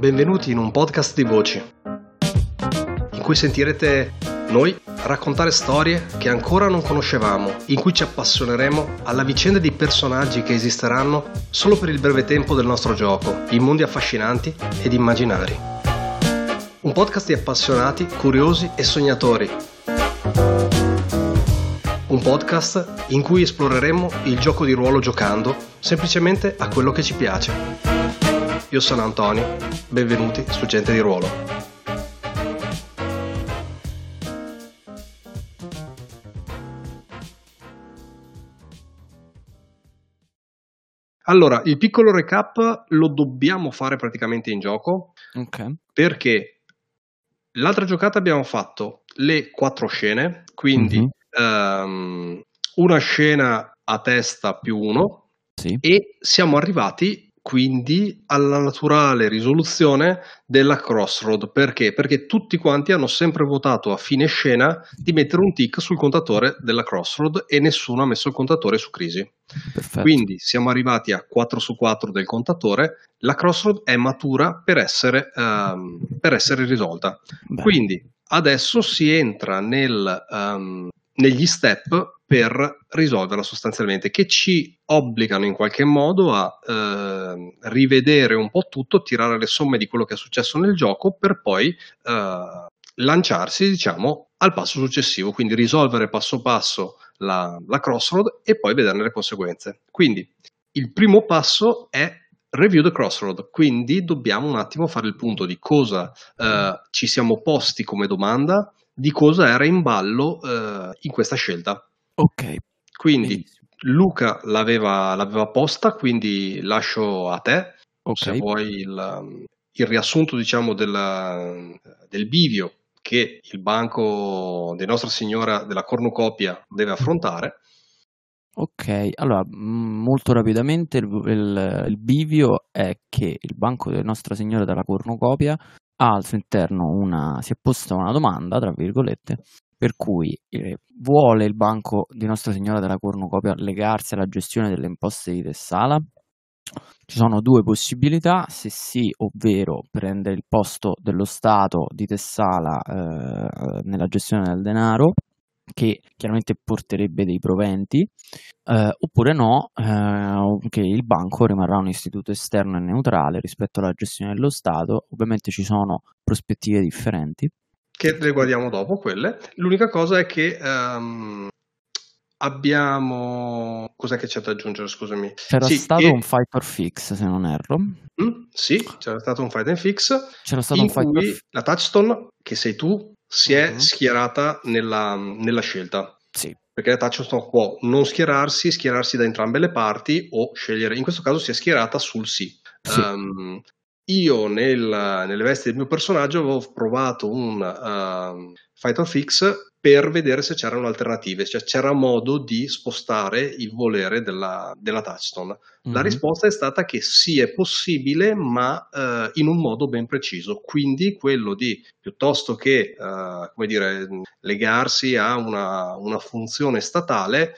Benvenuti in un podcast di voci, in cui sentirete noi raccontare storie che ancora non conoscevamo, in cui ci appassioneremo alla vicenda di personaggi che esisteranno solo per il breve tempo del nostro gioco, in mondi affascinanti ed immaginari. Un podcast di appassionati, curiosi e sognatori. Un podcast in cui esploreremo il gioco di ruolo giocando semplicemente a quello che ci piace. Io sono Antonio, benvenuti su Gente di Ruolo. Allora, il piccolo recap lo dobbiamo fare praticamente in gioco, perché l'altra giocata abbiamo fatto le 4 scene, quindi una scena a testa più 1, Sì. e siamo arrivati quindi alla naturale risoluzione della crossroad. Perché? Perché tutti quanti hanno sempre votato a fine scena di mettere un tick sul contatore della crossroad e nessuno ha messo il contatore su crisi. Perfetto. Quindi siamo arrivati a 4 su 4 del contatore, la crossroad è matura per essere risolta. Bene. Quindi adesso si entra negli step per risolverla sostanzialmente, che ci obbligano in qualche modo a rivedere un po' tutto, tirare le somme di quello che è successo nel gioco per poi lanciarsi, diciamo, al passo successivo, quindi risolvere passo passo la crossroad e poi vederne le conseguenze. Quindi il primo passo è review the crossroad, quindi dobbiamo un attimo fare il punto di cosa ci siamo posti come domanda, di cosa era in ballo in questa scelta. Ok. Quindi Benissimo. Luca l'aveva posta, quindi lascio a te, Ok. se vuoi il riassunto, diciamo, del bivio che il banco di Nostra Signora della Cornucopia deve affrontare. Ok, allora molto rapidamente il bivio è che il banco di Nostra Signora della Cornucopia ha al suo interno si è posta una domanda, tra virgolette, per cui vuole il banco di Nostra Signora della Cornucopia legarsi alla gestione delle imposte di Tessala? Ci sono 2 possibilità: se sì, ovvero prendere il posto dello Stato di Tessala nella gestione del denaro, che chiaramente porterebbe dei proventi, oppure no, che il banco rimarrà un istituto esterno e neutrale rispetto alla gestione dello Stato. Ovviamente ci sono prospettive differenti. Che le guardiamo dopo quelle. L'unica cosa è che abbiamo... Cos'è che c'è da aggiungere, scusami? C'era stato un fight or fix, se non erro. Sì, c'era stato un fight and fix in cui la touchstone, che sei tu, si è schierata nella scelta. Sì. Perché la touchstone può non schierarsi da entrambe le parti o scegliere. In questo caso si è schierata sul sì. Io nelle vesti del mio personaggio avevo provato un fight or fix per vedere se c'erano alternative, cioè c'era modo di spostare il volere della touchstone. La risposta è stata che sì, è possibile, ma in un modo ben preciso. Quindi quello di, piuttosto che come dire, legarsi a una funzione statale,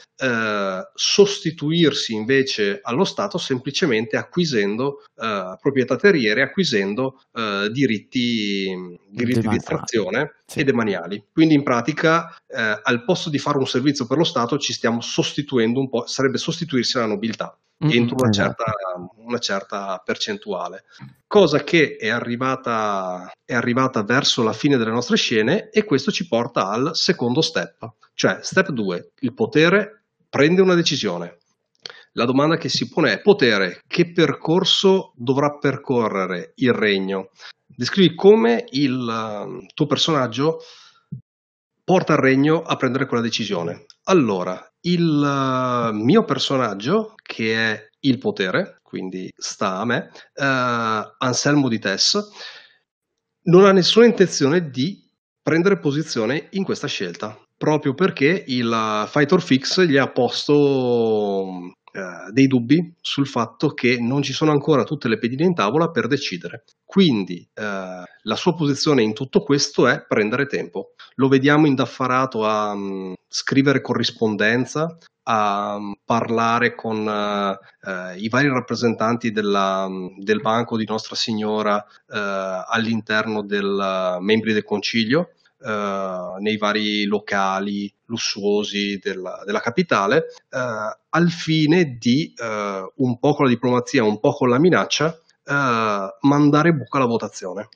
sostituirsi invece allo Stato semplicemente acquisendo proprietà terriere, acquisendo diritti di estrazione e demaniali. Quindi in pratica al posto di fare un servizio per lo Stato ci stiamo sostituendo un po', sarebbe sostituirsi alla nobiltà entro una certa percentuale, cosa che è arrivata verso la fine delle nostre scene, e questo ci porta al secondo step, cioè step 2, il potere prende una decisione. La domanda che si pone è: potere, che percorso dovrà percorrere il regno? Descrivi come il tuo personaggio porta il regno a prendere quella decisione. Allora, il mio personaggio, che è il potere, quindi sta a me, Anselmo di Tess, non ha nessuna intenzione di prendere posizione in questa scelta, proprio perché il fight or fix gli ha posto dei dubbi sul fatto che non ci sono ancora tutte le pedine in tavola per decidere. Quindi la sua posizione in tutto questo è prendere tempo. Lo vediamo indaffarato a scrivere corrispondenza, a parlare con i vari rappresentanti del banco di Nostra Signora all'interno del membri del concilio, nei vari locali lussuosi della capitale, al fine di un po' con la diplomazia, un po' con la minaccia, mandare buca alla votazione.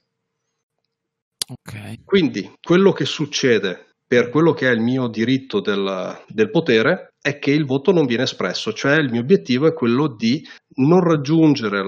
Ok. Quindi quello che succede per quello che è il mio diritto del potere è che il voto non viene espresso, cioè il mio obiettivo è quello di non raggiungere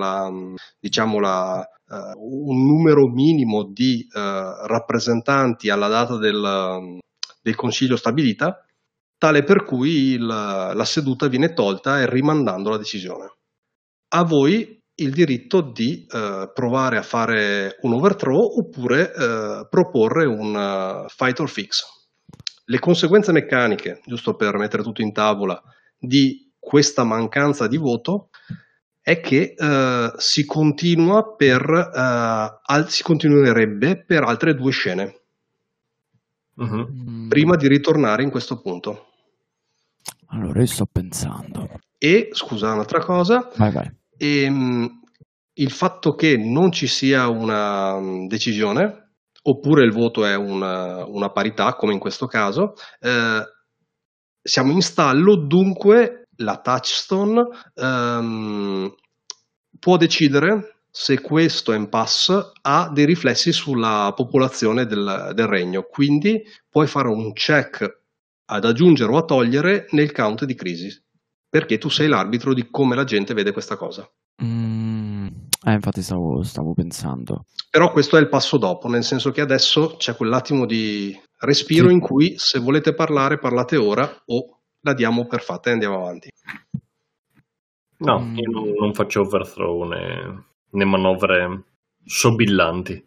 un numero minimo di rappresentanti alla data del consiglio stabilita, tale per cui la seduta viene tolta e rimandando la decisione. A voi il diritto di provare a fare un overthrow oppure proporre un fight or fix. Le conseguenze meccaniche, giusto per mettere tutto in tavola, di questa mancanza di voto è che si continuerebbe per altre 2 scene. Prima di ritornare in questo punto. Allora, io sto pensando. E, scusa, un'altra cosa. Vai. Il fatto che non ci sia una decisione, oppure il voto è una parità, come in questo caso, siamo in stallo, dunque la touchstone può decidere se questo impasse ha dei riflessi sulla popolazione del regno, quindi puoi fare un check ad aggiungere o a togliere nel count di crisi, perché tu sei l'arbitro di come la gente vede questa cosa. Infatti stavo pensando. Però questo è il passo dopo, nel senso che adesso c'è quell'attimo di respiro in cui se volete parlare parlate ora o la diamo per fatta e andiamo avanti. No, io non faccio overthrow né manovre sobillanti.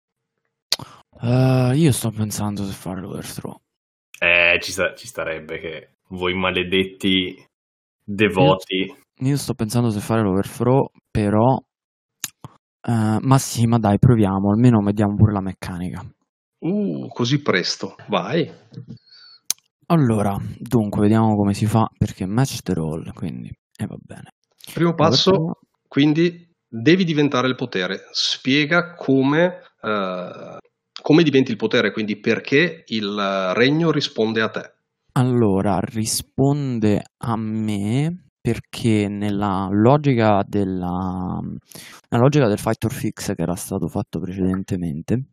Io sto pensando se fare l'overthrow. Ci starebbe che voi maledetti devoti. Io sto pensando se fare l'overthrow, però ma dai, proviamo, almeno vediamo pure la meccanica. Così presto, vai. Allora, dunque, vediamo come si fa, perché match the roll, quindi va bene. Primo passo, quindi devi diventare il potere. Spiega come diventi il potere, quindi perché il regno risponde a te. Allora, risponde a me perché nella logica del fight or fix che era stato fatto precedentemente,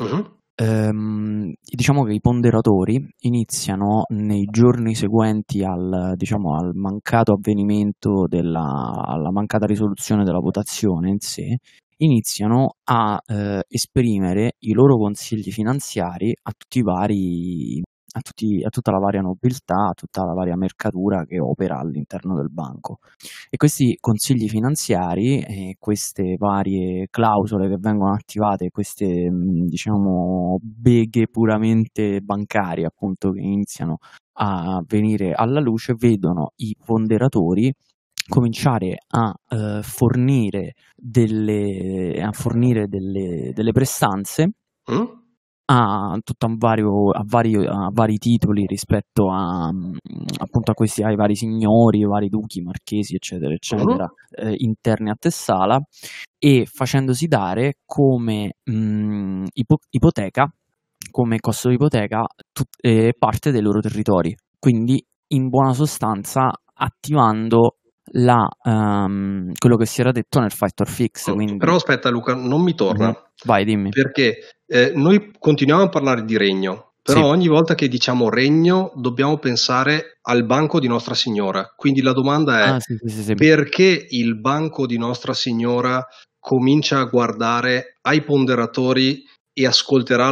diciamo che i ponderatori iniziano nei giorni seguenti al mancato avvenimento alla mancata risoluzione della votazione in sé, iniziano a esprimere i loro consigli finanziari a tutta la varia nobiltà, a tutta la varia mercatura che opera all'interno del banco. E questi consigli finanziari e queste varie clausole che vengono attivate, queste beghe puramente bancarie appunto che iniziano a venire alla luce, vedono i ponderatori cominciare a fornire delle prestanze a vari titoli rispetto appunto ai vari signori, ai vari duchi, marchesi, eccetera, eccetera, interni a Tessala, e facendosi dare come ipoteca, come costo di ipoteca, parte dei loro territori. Quindi, in buona sostanza, attivando quello che si era detto nel fight or fix. Quindi... Però aspetta Luca, non mi torna. Vai, dimmi. Perché noi continuiamo a parlare di regno, però ogni volta che diciamo regno dobbiamo pensare al banco di Nostra Signora. Quindi la domanda è perché il banco di Nostra Signora comincia a guardare ai ponderatori e ascolterà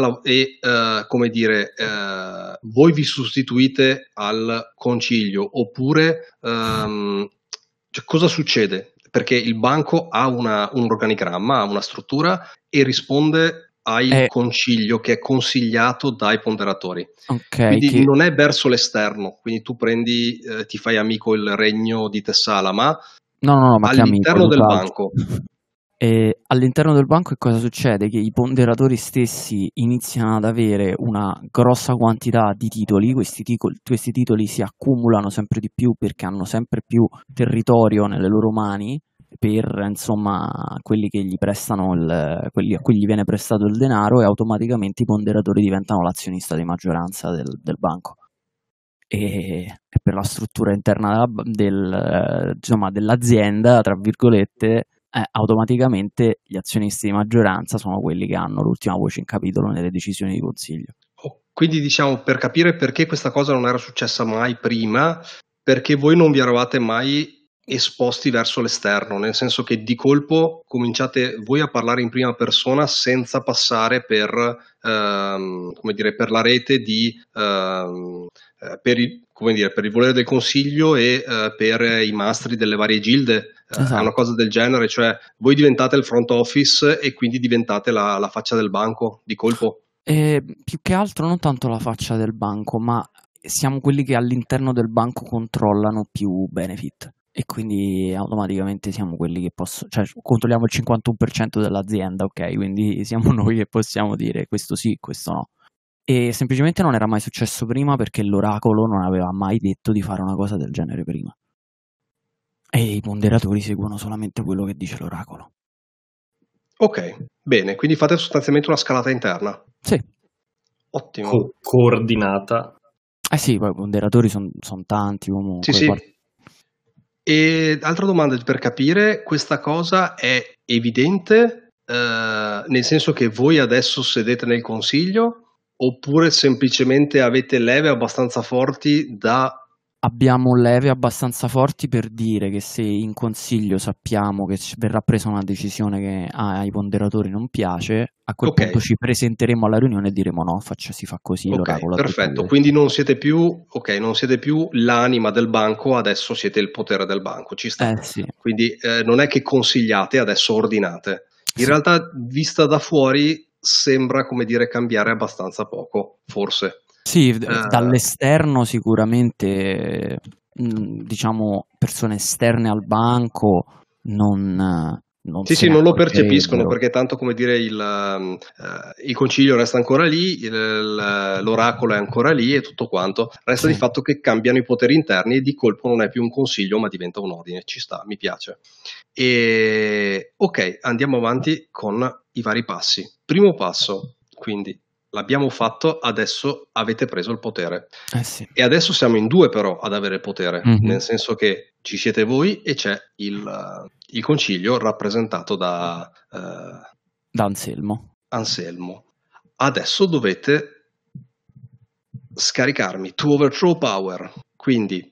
voi vi sostituite al concilio oppure cosa succede? Perché il banco ha un organigramma, ha una struttura e risponde al concilio che è consigliato dai ponderatori. Quindi non è verso l'esterno, quindi tu ti fai amico il regno di Tessala, ma no, all'interno del banco. E all'interno del banco che cosa succede? Che i ponderatori stessi iniziano ad avere una grossa quantità di titoli, questi titoli si accumulano sempre di più perché hanno sempre più territorio nelle loro mani per, insomma, quelli che gli prestano quelli a cui gli viene prestato il denaro, e automaticamente i ponderatori diventano l'azionista di maggioranza del banco. E per la struttura interna insomma, dell'azienda, tra virgolette, automaticamente gli azionisti di maggioranza sono quelli che hanno l'ultima voce in capitolo nelle decisioni di consiglio. Quindi, diciamo, per capire perché questa cosa non era successa mai prima, perché voi non vi eravate mai esposti verso l'esterno, nel senso che di colpo cominciate voi a parlare in prima persona senza passare per la rete per il volere del consiglio e per i mastri delle varie gilde. Esatto. È una cosa del genere, cioè voi diventate il front office e quindi diventate la faccia del banco di colpo. Più che altro non tanto la faccia del banco, ma siamo quelli che all'interno del banco controllano più benefit, e quindi automaticamente siamo quelli che cioè controlliamo il 51% dell'azienda, ok? Quindi siamo noi che possiamo dire questo sì, questo no. E semplicemente non era mai successo prima perché l'oracolo non aveva mai detto di fare una cosa del genere prima. E i ponderatori seguono solamente quello che dice l'oracolo. Ok, bene, quindi fate sostanzialmente una scalata interna. Sì. Ottimo. Coordinata. Sì, poi i ponderatori sono tanti comunque. Sì. E altra domanda per capire, questa cosa è evidente, nel senso che voi adesso sedete nel consiglio, oppure semplicemente avete leve abbastanza forti da... Abbiamo leve abbastanza forti per dire che se in consiglio sappiamo che verrà presa una decisione che ai ponderatori non piace, a quel punto ci presenteremo alla riunione e diremo no, si fa così, l'oracolo. Perfetto, quindi non siete più l'anima del banco, adesso siete il potere del banco, ci sta. Sì. Quindi non è che consigliate, adesso ordinate. In realtà, vista da fuori, sembra, cambiare abbastanza poco, forse. Sì, dall'esterno sicuramente, diciamo, persone esterne al banco non lo percepiscono, perché tanto il concilio resta ancora lì, l'oracolo è ancora lì e tutto quanto. Resta di fatto che cambiano i poteri interni e di colpo non è più un consiglio ma diventa un ordine. Ci sta, mi piace. E ok, andiamo avanti con i vari passi. Primo passo, quindi l'abbiamo fatto, adesso avete preso il potere. Sì. E adesso siamo in due però ad avere potere, nel senso che ci siete voi e c'è il concilio rappresentato da Anselmo. Adesso dovete scaricarmi to overthrow power, quindi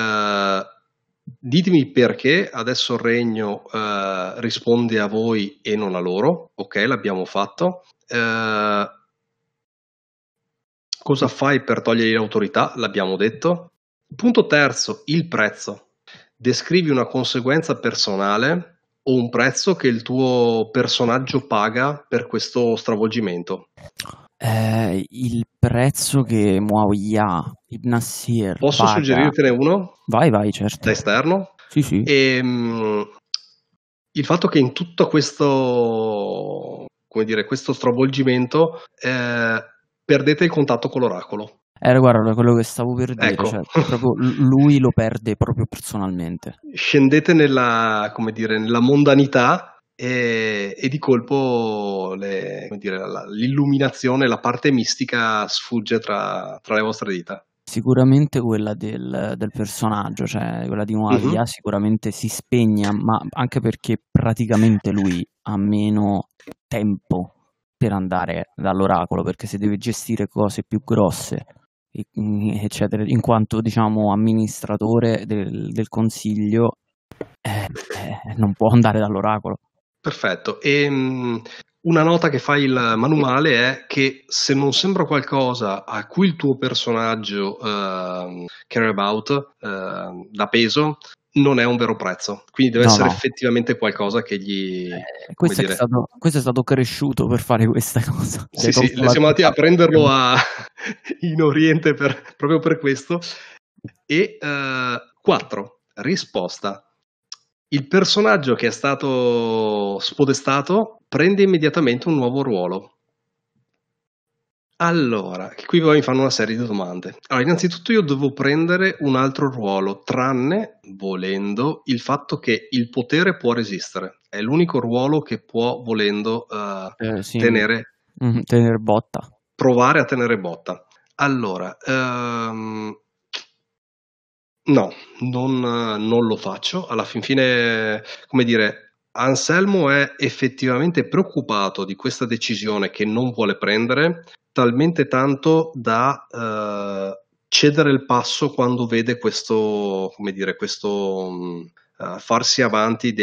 ditemi perché adesso il regno risponde a voi e non a loro. Ok, l'abbiamo fatto. Cosa fai per togliere l'autorità? L'abbiamo detto. Punto terzo, il prezzo. Descrivi una conseguenza personale o un prezzo che il tuo personaggio paga per questo stravolgimento. Il prezzo che Muawiyah Ibn Nasir Posso paga... suggerirtene uno? Vai, certo. Da esterno? Sì. E il fatto che in tutto questo stravolgimento perdete il contatto con l'oracolo. Guarda, quello che stavo per dire, ecco. Cioè, proprio lui lo perde proprio personalmente. Scendete nella mondanità e di colpo l'illuminazione, la parte mistica sfugge tra le vostre dita. Sicuramente quella del personaggio, cioè quella di Muawiyah, sicuramente si spegne, ma anche perché praticamente lui ha meno tempo per andare dall'oracolo, perché se deve gestire cose più grosse, eccetera, in quanto amministratore del consiglio, non può andare dall'oracolo. Perfetto. E una nota che fa il manuale è che se non sembra qualcosa a cui il tuo personaggio care about, dà peso, non è un vero prezzo, quindi deve essere effettivamente qualcosa che gli... questo è stato cresciuto per fare questa cosa. Sì, siamo andati a prenderlo in Oriente proprio per questo. E 4, risposta. Il personaggio che è stato spodestato prende immediatamente un nuovo ruolo. Allora, qui poi mi fanno una serie di domande. Allora, innanzitutto io devo prendere un altro ruolo, tranne, volendo, il fatto che il potere può resistere. È l'unico ruolo che può, volendo, Sì, tenere botta. provare a tenere botta. Allora, no, non lo faccio. Alla fin fine, come dire, Anselmo è effettivamente preoccupato di questa decisione che non vuole prendere, talmente tanto da cedere il passo quando vede questo, come dire, questo farsi avanti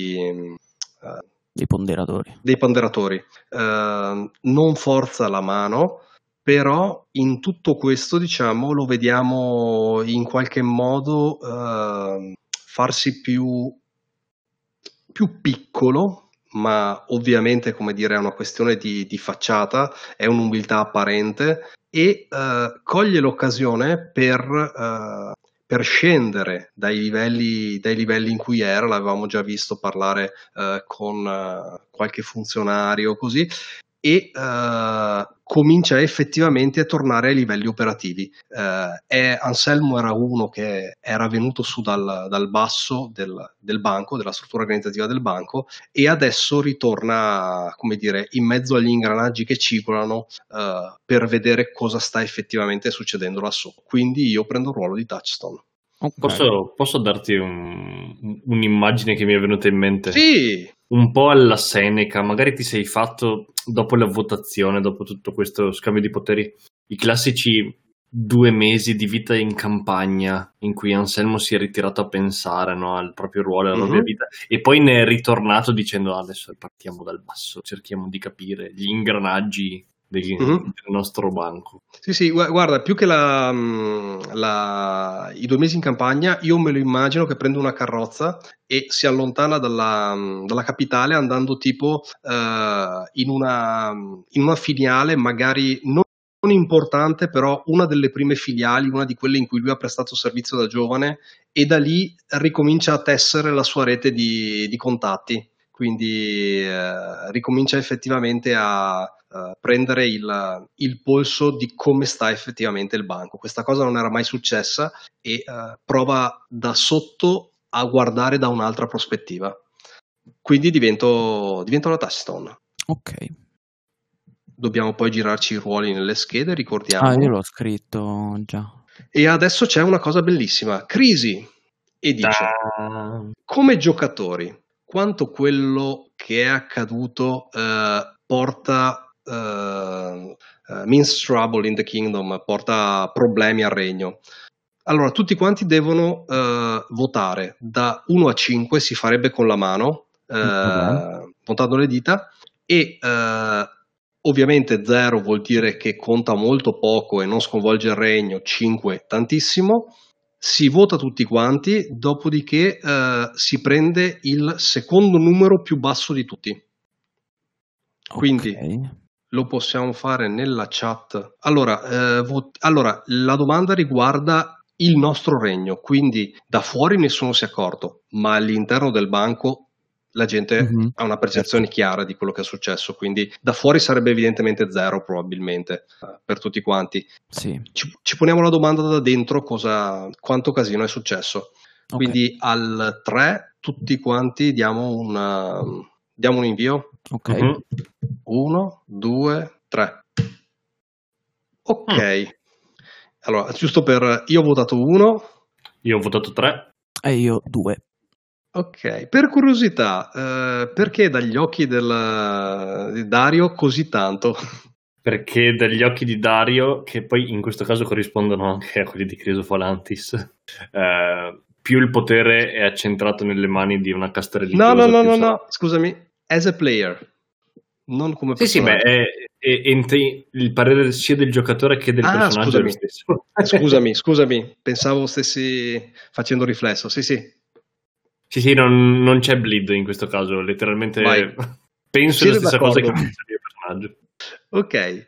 Dei ponderatori. dei ponderatori. Non forza la mano, però in tutto questo, diciamo, lo vediamo in qualche modo farsi più piccolo, ma ovviamente, come dire, è una questione di facciata, è un'umiltà apparente e coglie l'occasione per scendere dai livelli in cui era, l'avevamo già visto parlare con qualche funzionario così, e comincia effettivamente a tornare ai livelli operativi. Anselmo era uno che era venuto su dal basso del banco, della struttura organizzativa del banco, e adesso ritorna, come dire, in mezzo agli ingranaggi che cigolano per vedere cosa sta effettivamente succedendo lassù. Quindi io prendo il ruolo di Touchstone. Okay. Posso darti un'immagine che mi è venuta in mente? Sì! Un po' alla Seneca, magari ti sei fatto, dopo la votazione, dopo tutto questo scambio di poteri, i classici 2 mesi di vita in campagna in cui Anselmo si è ritirato a pensare, no, al proprio ruolo e alla propria vita, e poi ne è ritornato dicendo adesso partiamo dal basso, cerchiamo di capire gli ingranaggi del nostro banco. Sì, guarda, più che i 2 mesi in campagna, io me lo immagino che prende una carrozza e si allontana dalla capitale andando tipo in una filiale magari non importante, però una delle prime filiali, una di quelle in cui lui ha prestato servizio da giovane, e da lì ricomincia a tessere la sua rete di contatti. Quindi ricomincia effettivamente a prendere il polso di come sta effettivamente il banco. Questa cosa non era mai successa e prova da sotto a guardare da un'altra prospettiva. Quindi divento la Touchstone. Ok. Dobbiamo poi girarci i ruoli nelle schede, ricordiamo. Io l'ho scritto già. E adesso c'è una cosa bellissima. Crisi. E dice, come giocatori, quanto quello che è accaduto porta means trouble in the kingdom, porta problemi al regno. Allora, tutti quanti devono votare da 1 a 5, si farebbe con la mano, puntando le dita, e ovviamente 0 vuol dire che conta molto poco e non sconvolge il regno, 5 tantissimo. Si vota tutti quanti, dopodiché si prende il secondo numero più basso di tutti. Quindi lo possiamo fare nella chat. Allora, la domanda riguarda il nostro regno, quindi da fuori nessuno si è accorto, ma all'interno del banco la gente ha una percezione chiara di quello che è successo, quindi da fuori sarebbe evidentemente 0 probabilmente per tutti quanti. Sì. Ci poniamo la domanda da dentro, quanto casino è successo. Quindi al 3 tutti quanti diamo un invio. Ok. 1, 2, 3. Ok. Allora, giusto io ho votato 1. Io ho votato 3. E io 2. Ok, per curiosità, perché dagli occhi di Dario così tanto? Perché dagli occhi di Dario, che poi in questo caso corrispondono anche a quelli di Crisofolantis, più il potere è accentrato nelle mani di una casta religiosa. No, scusami, as a player, non come personaggio. Sì, il parere sia del giocatore che del personaggio è lo stesso. Scusami, pensavo stessi facendo riflesso, sì. Sì, non c'è bleed in questo caso, letteralmente penso la stessa cosa che pensa il mio personaggio. Ok,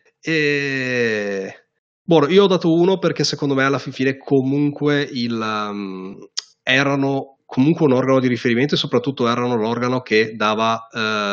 io ho dato 1 perché secondo me alla fine comunque erano comunque un organo di riferimento e soprattutto erano l'organo che dava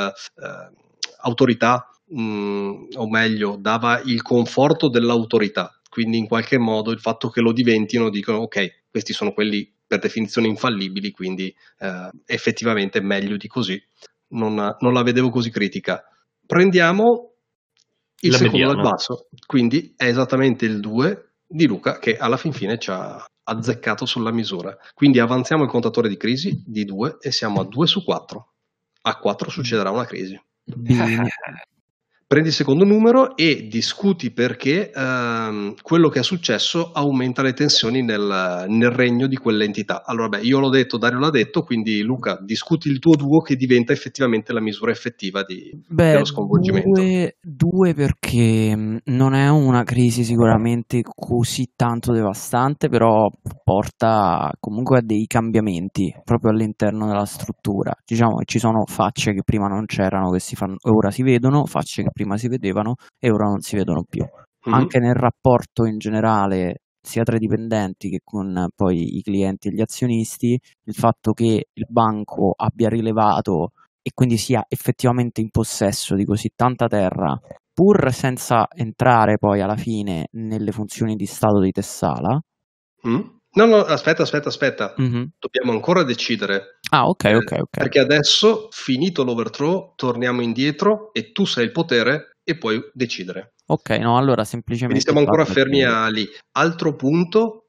autorità, o meglio, dava il conforto dell'autorità. Quindi in qualche modo il fatto che lo diventino, dicono ok, questi sono quelli per definizione infallibili, quindi effettivamente meglio di così. Non la vedevo così critica. Prendiamo il La secondo mediana. dal basso, quindi è esattamente il 2 di Luca che alla fin fine ci ha azzeccato sulla misura. Quindi avanziamo il contatore di crisi di 2 e siamo a 2 su 4. A 4 succederà una crisi. Bene. Prendi il secondo numero e discuti perché quello che è successo aumenta le tensioni nel regno di quell'entità. Allora, io l'ho detto, Dario l'ha detto, quindi Luca, discuti il tuo duo che diventa effettivamente la misura effettiva dello sconvolgimento. Due perché non è una crisi sicuramente così tanto devastante, però porta comunque a dei cambiamenti proprio all'interno della struttura. Diciamo che ci sono facce che prima non c'erano, che ora si vedono, facce che prima si vedevano e ora non si vedono più. Anche nel rapporto in generale, sia tra i dipendenti che con poi i clienti e gli azionisti, il fatto che il banco abbia rilevato e quindi sia effettivamente in possesso di così tanta terra, pur senza entrare poi alla fine nelle funzioni di Stato di Tessala. No, aspetta. Dobbiamo ancora decidere. Ah, ok. Perché adesso, finito l'overthrow, torniamo indietro e tu sei il potere e puoi decidere. Ok, no, allora semplicemente... Quindi siamo ancora fermi lì. Altro punto,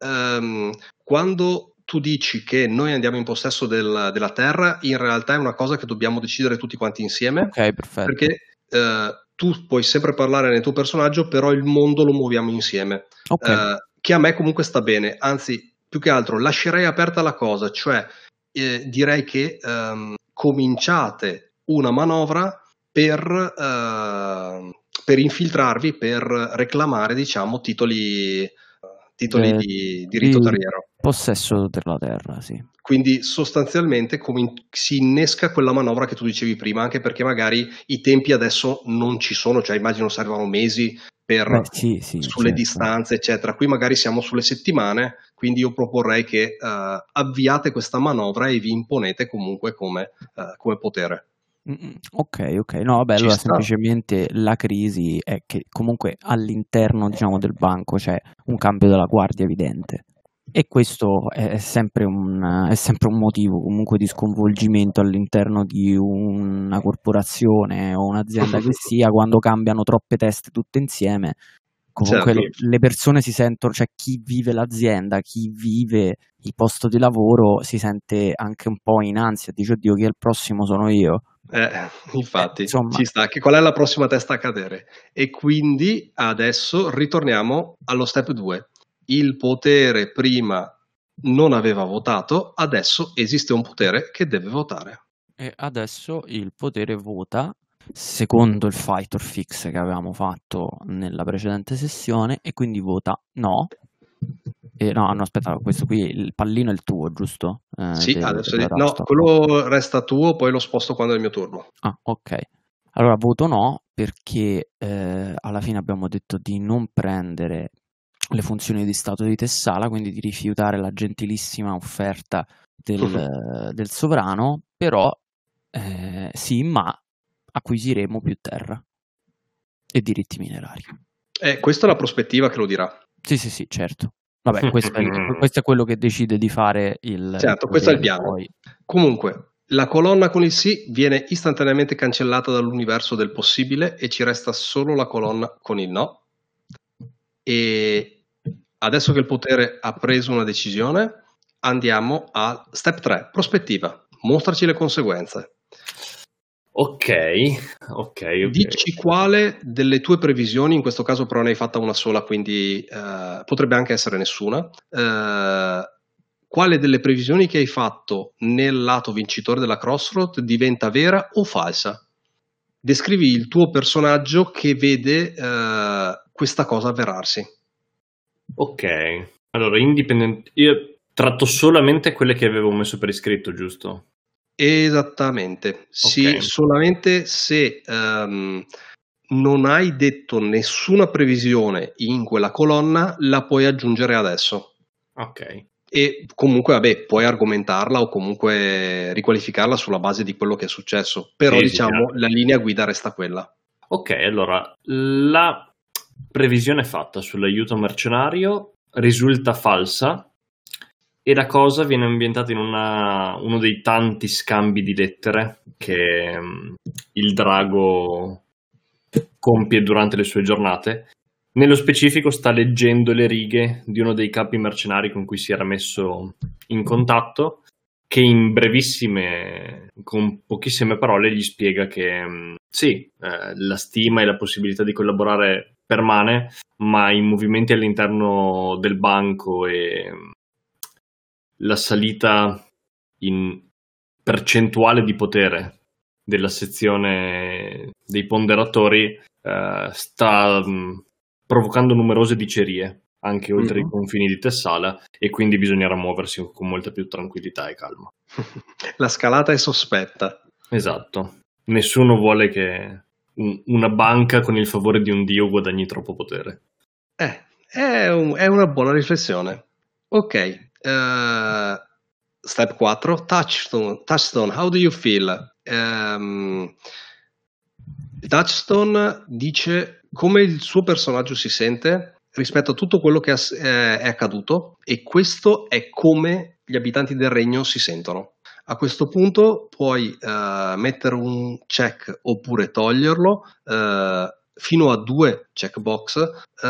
quando tu dici che noi andiamo in possesso della terra, in realtà è una cosa che dobbiamo decidere tutti quanti insieme. Ok, perfetto. Perché tu puoi sempre parlare nel tuo personaggio, però il mondo lo muoviamo insieme. Okay. Che a me comunque sta bene, anzi, più che altro lascerei aperta la cosa, cioè direi che cominciate una manovra per infiltrarvi, per reclamare, diciamo, titoli di diritto terriero. Possesso della terra, sì. Quindi sostanzialmente si innesca quella manovra che tu dicevi prima, anche perché magari i tempi adesso non ci sono, cioè immagino servano mesi per sulle certo. Distanze, eccetera. Qui magari siamo sulle settimane, quindi io proporrei che avviate questa manovra e vi imponete comunque come potere. Ok, no, vabbè, allora semplicemente la crisi è che comunque all'interno, diciamo, del banco c'è un cambio della guardia evidente e questo è sempre un motivo comunque di sconvolgimento all'interno di una corporazione o un'azienda che sia, quando cambiano troppe teste tutte insieme. Comunque certo. Le persone si sentono, cioè chi vive l'azienda, chi vive il posto di lavoro si sente anche un po' in ansia, dice oddio chi è il prossimo sono io. Infatti ci sta, che qual è la prossima testa a cadere. E quindi adesso ritorniamo allo step 2. Il potere prima non aveva votato, adesso esiste un potere che deve votare. E adesso il potere vota secondo il fight or fix che avevamo fatto nella precedente sessione e quindi vota no. No, aspetta, questo qui il pallino è il tuo, giusto? Sì, adesso no, quello resta tuo, poi lo sposto quando è il mio turno. Ah, ok. Allora voto no perché alla fine abbiamo detto di non prendere le funzioni di Stato di Tessala, quindi di rifiutare la gentilissima offerta del sovrano, però sì, ma acquisiremo più terra e diritti minerari. Questa è la prospettiva che lo dirà. Sì, certo. Vabbè, questo è quello che decide di fare il... Certo, questo è il piano. Poi. Comunque, la colonna con il sì viene istantaneamente cancellata dall'universo del possibile e ci resta solo la colonna con il no. E adesso che il potere ha preso una decisione, andiamo a step 3, prospettiva. Mostraci le conseguenze. Ok. Dici quale delle tue previsioni, in questo caso però ne hai fatta una sola, quindi potrebbe anche essere nessuna, quale delle previsioni che hai fatto nel lato vincitore della Crossroad diventa vera o falsa? Descrivi il tuo personaggio che vede questa cosa avverarsi. Ok, allora io tratto solamente quelle che avevo messo per iscritto, giusto? Esattamente, sì, okay. Solamente se non hai detto nessuna previsione in quella colonna la puoi aggiungere adesso. Ok. e comunque vabbè, puoi argomentarla o comunque riqualificarla sulla base di quello che è successo, però Sì, diciamo sì. la linea guida resta quella. Ok, allora la previsione fatta sull'aiuto mercenario risulta falsa e la cosa viene ambientata in uno dei tanti scambi di lettere che il drago compie durante le sue giornate. Nello specifico sta leggendo le righe di uno dei capi mercenari con cui si era messo in contatto, che con pochissime parole gli spiega che sì, la stima e la possibilità di collaborare permane, ma i movimenti all'interno del banco e la salita in percentuale di potere della sezione dei ponderatori sta provocando numerose dicerie anche oltre i confini di Tessala, e quindi bisognerà muoversi con molta più tranquillità e calma. La scalata è sospetta. Esatto. Nessuno vuole che una banca con il favore di un dio guadagni troppo potere. È una buona riflessione. Ok, step 4, Touchstone, how do you feel? Il Touchstone dice come il suo personaggio si sente rispetto a tutto quello che è accaduto, e questo è come gli abitanti del regno si sentono. A questo punto puoi mettere un check oppure toglierlo, fino a 2 checkbox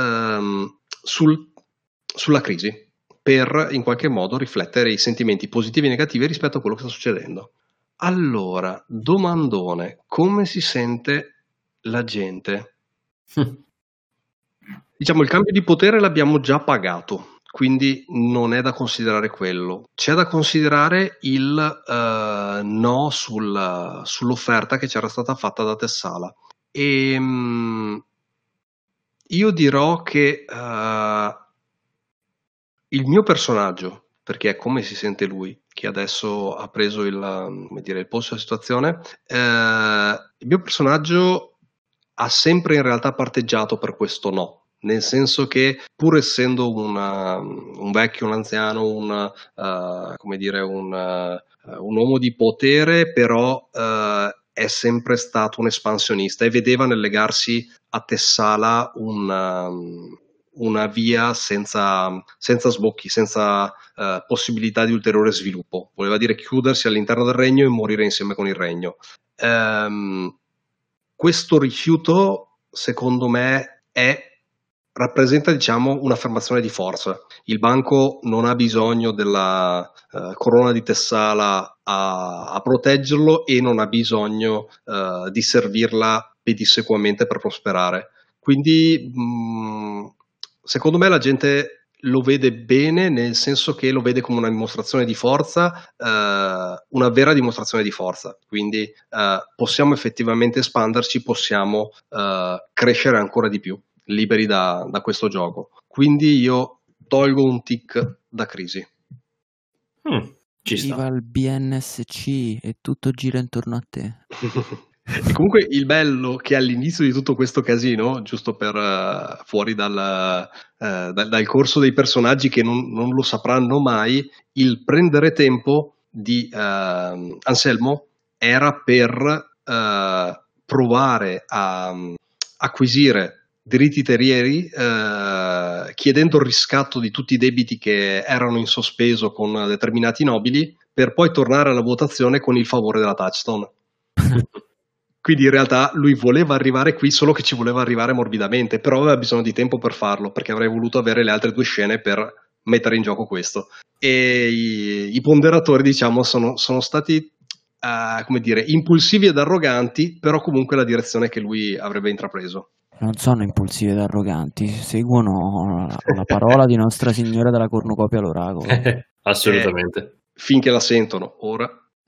sulla crisi, per in qualche modo riflettere i sentimenti positivi e negativi rispetto a quello che sta succedendo. Allora, domandone, come si sente la gente? Diciamo, il cambio di potere l'abbiamo già pagato, quindi non è da considerare quello. C'è da considerare il no sull'offerta che c'era stata fatta da Tessala. E io dirò che il mio personaggio, perché è come si sente lui, che adesso ha preso il polso della situazione, il mio personaggio ha sempre in realtà parteggiato per questo no. Nel senso che, pur essendo un vecchio, un anziano, un uomo di potere, però è sempre stato un espansionista e vedeva nel legarsi a Tessala una via senza sbocchi, senza possibilità di ulteriore sviluppo. Voleva dire chiudersi all'interno del regno e morire insieme con il regno. Questo rifiuto, secondo me, rappresenta, diciamo, un'affermazione di forza. Il banco non ha bisogno della corona di Tessala a proteggerlo, e non ha bisogno di servirla pedissequamente per prosperare. Quindi secondo me la gente lo vede bene, nel senso che lo vede come una dimostrazione di forza, una vera dimostrazione di forza. Quindi possiamo effettivamente espanderci, possiamo crescere ancora di più, liberi da questo gioco. Quindi io tolgo un tick da crisi. Ci sta. Viva il BNSC e tutto gira intorno a te. E comunque il bello che all'inizio di tutto questo casino, giusto per fuori dal corso dei personaggi che non lo sapranno mai, il prendere tempo di Anselmo era per provare a acquisire diritti terrieri, chiedendo il riscatto di tutti i debiti che erano in sospeso con determinati nobili, per poi tornare alla votazione con il favore della Touchstone. Quindi in realtà lui voleva arrivare qui, solo che ci voleva arrivare morbidamente, però aveva bisogno di tempo per farlo, perché avrei voluto avere le altre 2 scene per mettere in gioco questo. E i ponderatori, diciamo, sono stati impulsivi ed arroganti, però comunque la direzione che lui avrebbe intrapreso. Non sono impulsivi ed arroganti, seguono la parola di Nostra Signora della Cornucopia all'oracolo. Assolutamente. Finché la sentono, ora.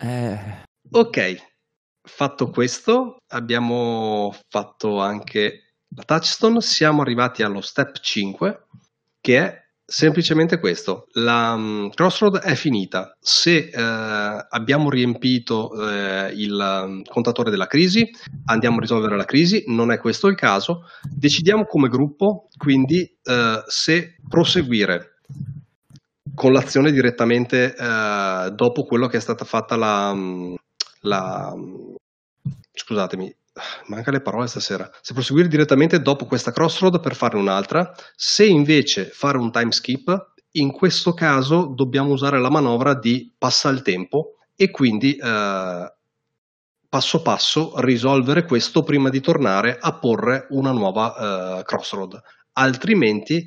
Ok. Fatto questo, abbiamo fatto anche la Touchstone, siamo arrivati allo step 5, che è semplicemente questo: la Crossroad è finita. Se abbiamo riempito il contatore della crisi, andiamo a risolvere la crisi. Non è questo il caso. Decidiamo come gruppo, quindi, se proseguire con l'azione direttamente dopo quello che è stata fatta scusatemi, manca le parole stasera. Se proseguire direttamente dopo questa crossroad per farne un'altra, se invece fare un time skip, in questo caso dobbiamo usare la manovra di passa il tempo e quindi passo passo risolvere questo prima di tornare a porre una nuova crossroad. Altrimenti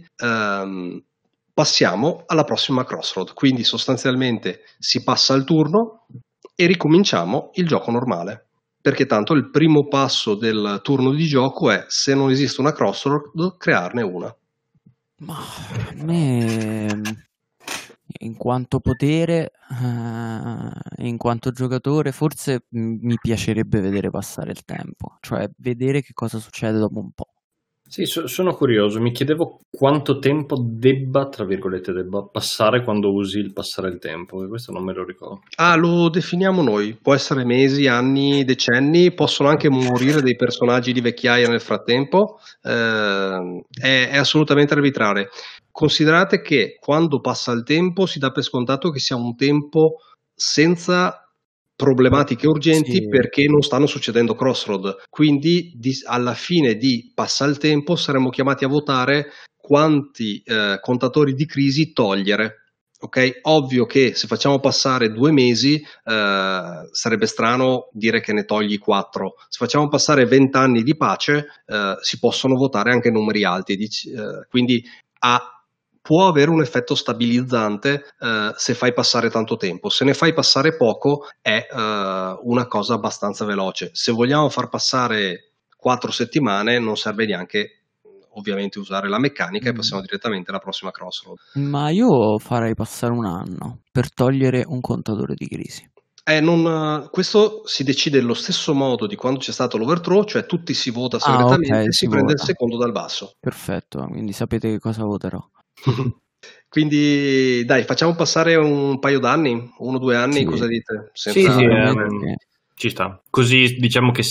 passiamo alla prossima crossroad, quindi sostanzialmente si passa il turno e ricominciamo il gioco normale, perché tanto il primo passo del turno di gioco è, se non esiste una crossroad, crearne una. Ma a me, in quanto potere, in quanto giocatore, forse mi piacerebbe vedere passare il tempo, cioè vedere che cosa succede dopo un po'. Sì, sono curioso, mi chiedevo quanto tempo debba passare quando usi il passare il tempo, e questo non me lo ricordo. Lo definiamo noi, può essere mesi, anni, decenni, possono anche morire dei personaggi di vecchiaia nel frattempo, è assolutamente arbitrario. Considerate che quando passa il tempo si dà per scontato che sia un tempo senza problematiche urgenti, Sì. perché non stanno succedendo crossroad, quindi alla fine di passa il tempo saremo chiamati a votare quanti contatori di crisi togliere. Ok, ovvio che se facciamo passare 2 mesi sarebbe strano dire che ne togli 4. Se facciamo passare 20 anni di pace si possono votare anche numeri alti, quindi può avere un effetto stabilizzante se fai passare tanto tempo. Se ne fai passare poco è una cosa abbastanza veloce. Se vogliamo far passare 4 settimane non serve neanche ovviamente usare la meccanica e passiamo direttamente alla prossima crossroad. Ma io farei passare un anno per togliere un contatore di crisi. Questo si decide allo stesso modo di quando c'è stato l'overthrow, cioè tutti si vota segretamente ok, e si si prende il vota. secondo dal basso. Perfetto, quindi sapete che cosa voterò. Quindi dai, facciamo passare un paio d'anni, 1 o 2 anni, Sì. cosa dite? Sì, ci sta. Così diciamo che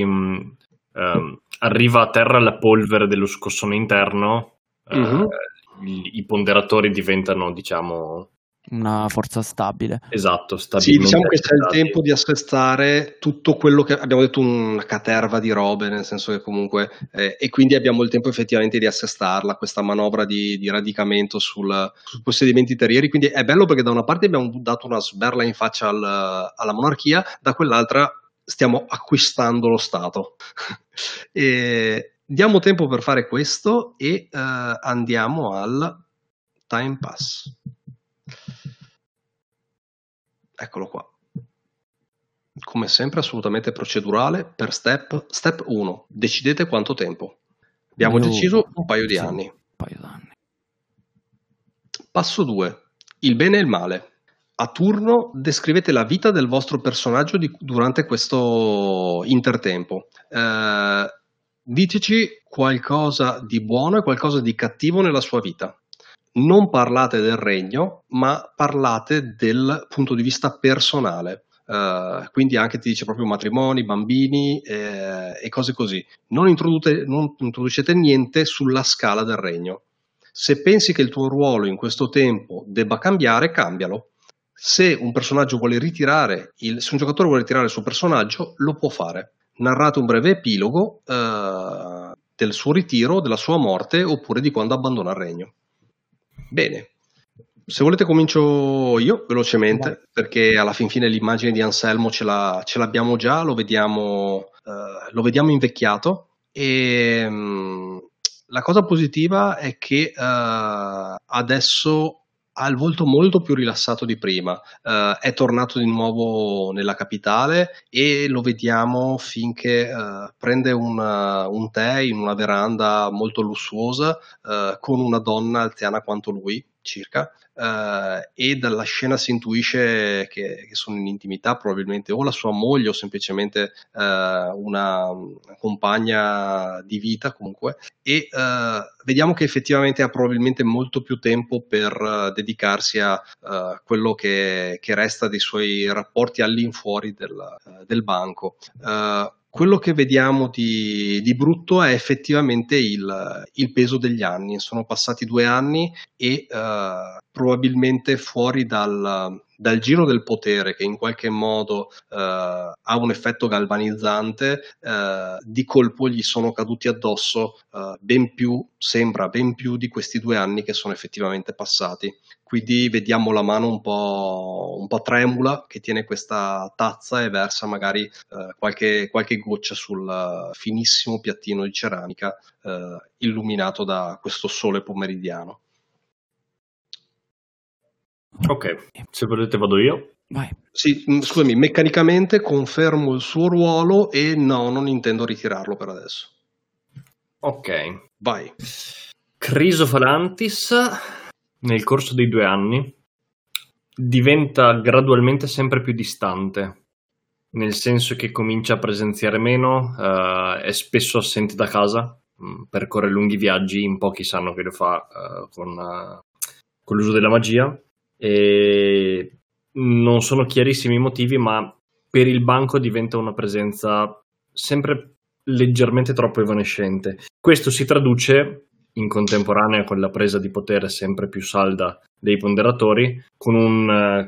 arriva a terra la polvere dello scossone interno, i ponderatori diventano, diciamo, una forza stabile. Esatto, Sì, stabilmente diciamo che c'è il accettati. tempo di assestare tutto quello che abbiamo detto, una caterva di robe, nel senso che comunque e quindi abbiamo il tempo effettivamente di assestarla, questa manovra di radicamento sui possedimenti terrieri. Quindi è bello perché da una parte abbiamo dato una sberla in faccia alla monarchia, da quell'altra stiamo acquistando lo Stato. E diamo tempo per fare questo e andiamo al time pass. Eccolo qua. Come sempre assolutamente procedurale per step. Step 1. Decidete quanto tempo. Abbiamo deciso un paio di anni. Un paio d'anni. Passo 2. Il bene e il male. A turno descrivete la vita del vostro personaggio durante questo intertempo. Diteci qualcosa di buono e qualcosa di cattivo nella sua vita. Non parlate del regno, ma parlate del punto di vista personale. Quindi anche ti dice proprio matrimoni, bambini e cose così. Non introducete niente sulla scala del regno. Se pensi che il tuo ruolo in questo tempo debba cambiare, cambialo. Se un personaggio vuole ritirare se un giocatore vuole ritirare il suo personaggio, lo può fare. Narrate un breve epilogo del suo ritiro, della sua morte, oppure di quando abbandona il regno. Bene, se volete comincio io velocemente, perché alla fin fine l'immagine di Anselmo ce l'abbiamo già, lo vediamo invecchiato e la cosa positiva è che adesso ha il volto molto più rilassato di prima, è tornato di nuovo nella capitale e lo vediamo finché prende un tè in una veranda molto lussuosa con una donna anziana quanto lui circa, e dalla scena si intuisce che sono in intimità, probabilmente o la sua moglie o semplicemente una compagna di vita comunque, e vediamo che effettivamente ha probabilmente molto più tempo per dedicarsi a quello che resta dei suoi rapporti all'infuori del banco. Quello che vediamo di brutto è effettivamente il peso degli anni. Sono passati 2 anni e probabilmente fuori dal giro del potere, che in qualche modo ha un effetto galvanizzante, di colpo gli sono caduti addosso sembra ben più di questi 2 anni che sono effettivamente passati. Quindi vediamo la mano un po' tremula che tiene questa tazza e versa magari qualche goccia sul finissimo piattino di ceramica illuminato da questo sole pomeridiano. Ok, se volete vado io. Vai. Sì, scusami, meccanicamente confermo il suo ruolo e no, non intendo ritirarlo per adesso. Ok. Vai. Chrysofalantis, nel corso dei 2 anni, diventa gradualmente sempre più distante, nel senso che comincia a presenziare meno, è spesso assente da casa, percorre lunghi viaggi, in pochi sanno che lo fa con l'uso della magia, e non sono chiarissimi i motivi, ma per il banco diventa una presenza sempre leggermente troppo evanescente. Questo si traduce in contemporanea con la presa di potere sempre più salda dei ponderatori, con una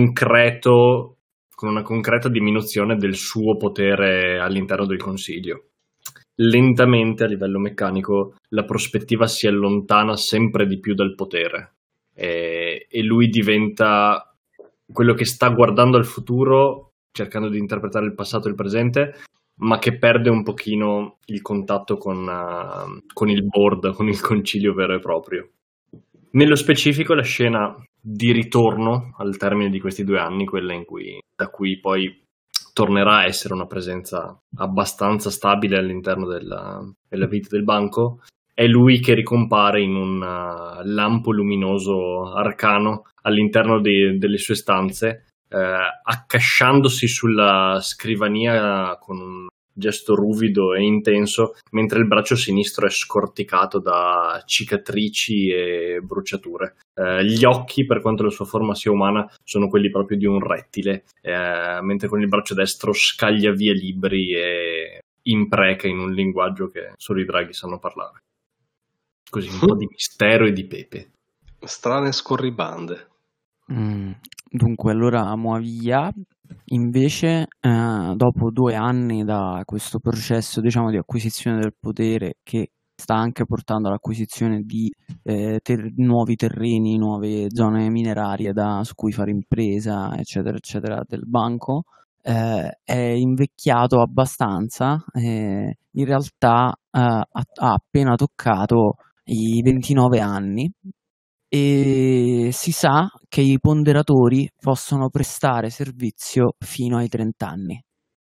concreta diminuzione del suo potere all'interno del Consiglio. Lentamente, a livello meccanico, la prospettiva si allontana sempre di più dal potere e lui diventa quello che sta guardando al futuro, cercando di interpretare il passato e il presente, ma che perde un pochino il contatto con il board, con il concilio vero e proprio. Nello specifico la scena di ritorno al termine di questi 2 anni, quella da cui poi tornerà a essere una presenza abbastanza stabile all'interno della vita del banco, è lui che ricompare in un lampo luminoso arcano all'interno delle sue stanze, accasciandosi sulla scrivania con un gesto ruvido e intenso, mentre il braccio sinistro è scorticato da cicatrici e bruciature. Gli occhi, per quanto la sua forma sia umana, sono quelli proprio di un rettile, mentre con il braccio destro scaglia via libri e impreca in un linguaggio che solo i draghi sanno parlare. Così un po' di mistero e di pepe. Strane scorribande. Dunque, allora Moavia invece, dopo 2 anni da questo processo, diciamo, di acquisizione del potere, che sta anche portando all'acquisizione di nuovi terreni, nuove zone minerarie su cui fare impresa, eccetera, eccetera, del banco, è invecchiato abbastanza. In realtà ha appena toccato i 29 anni. E si sa che i ponderatori possono prestare servizio fino ai 30 anni.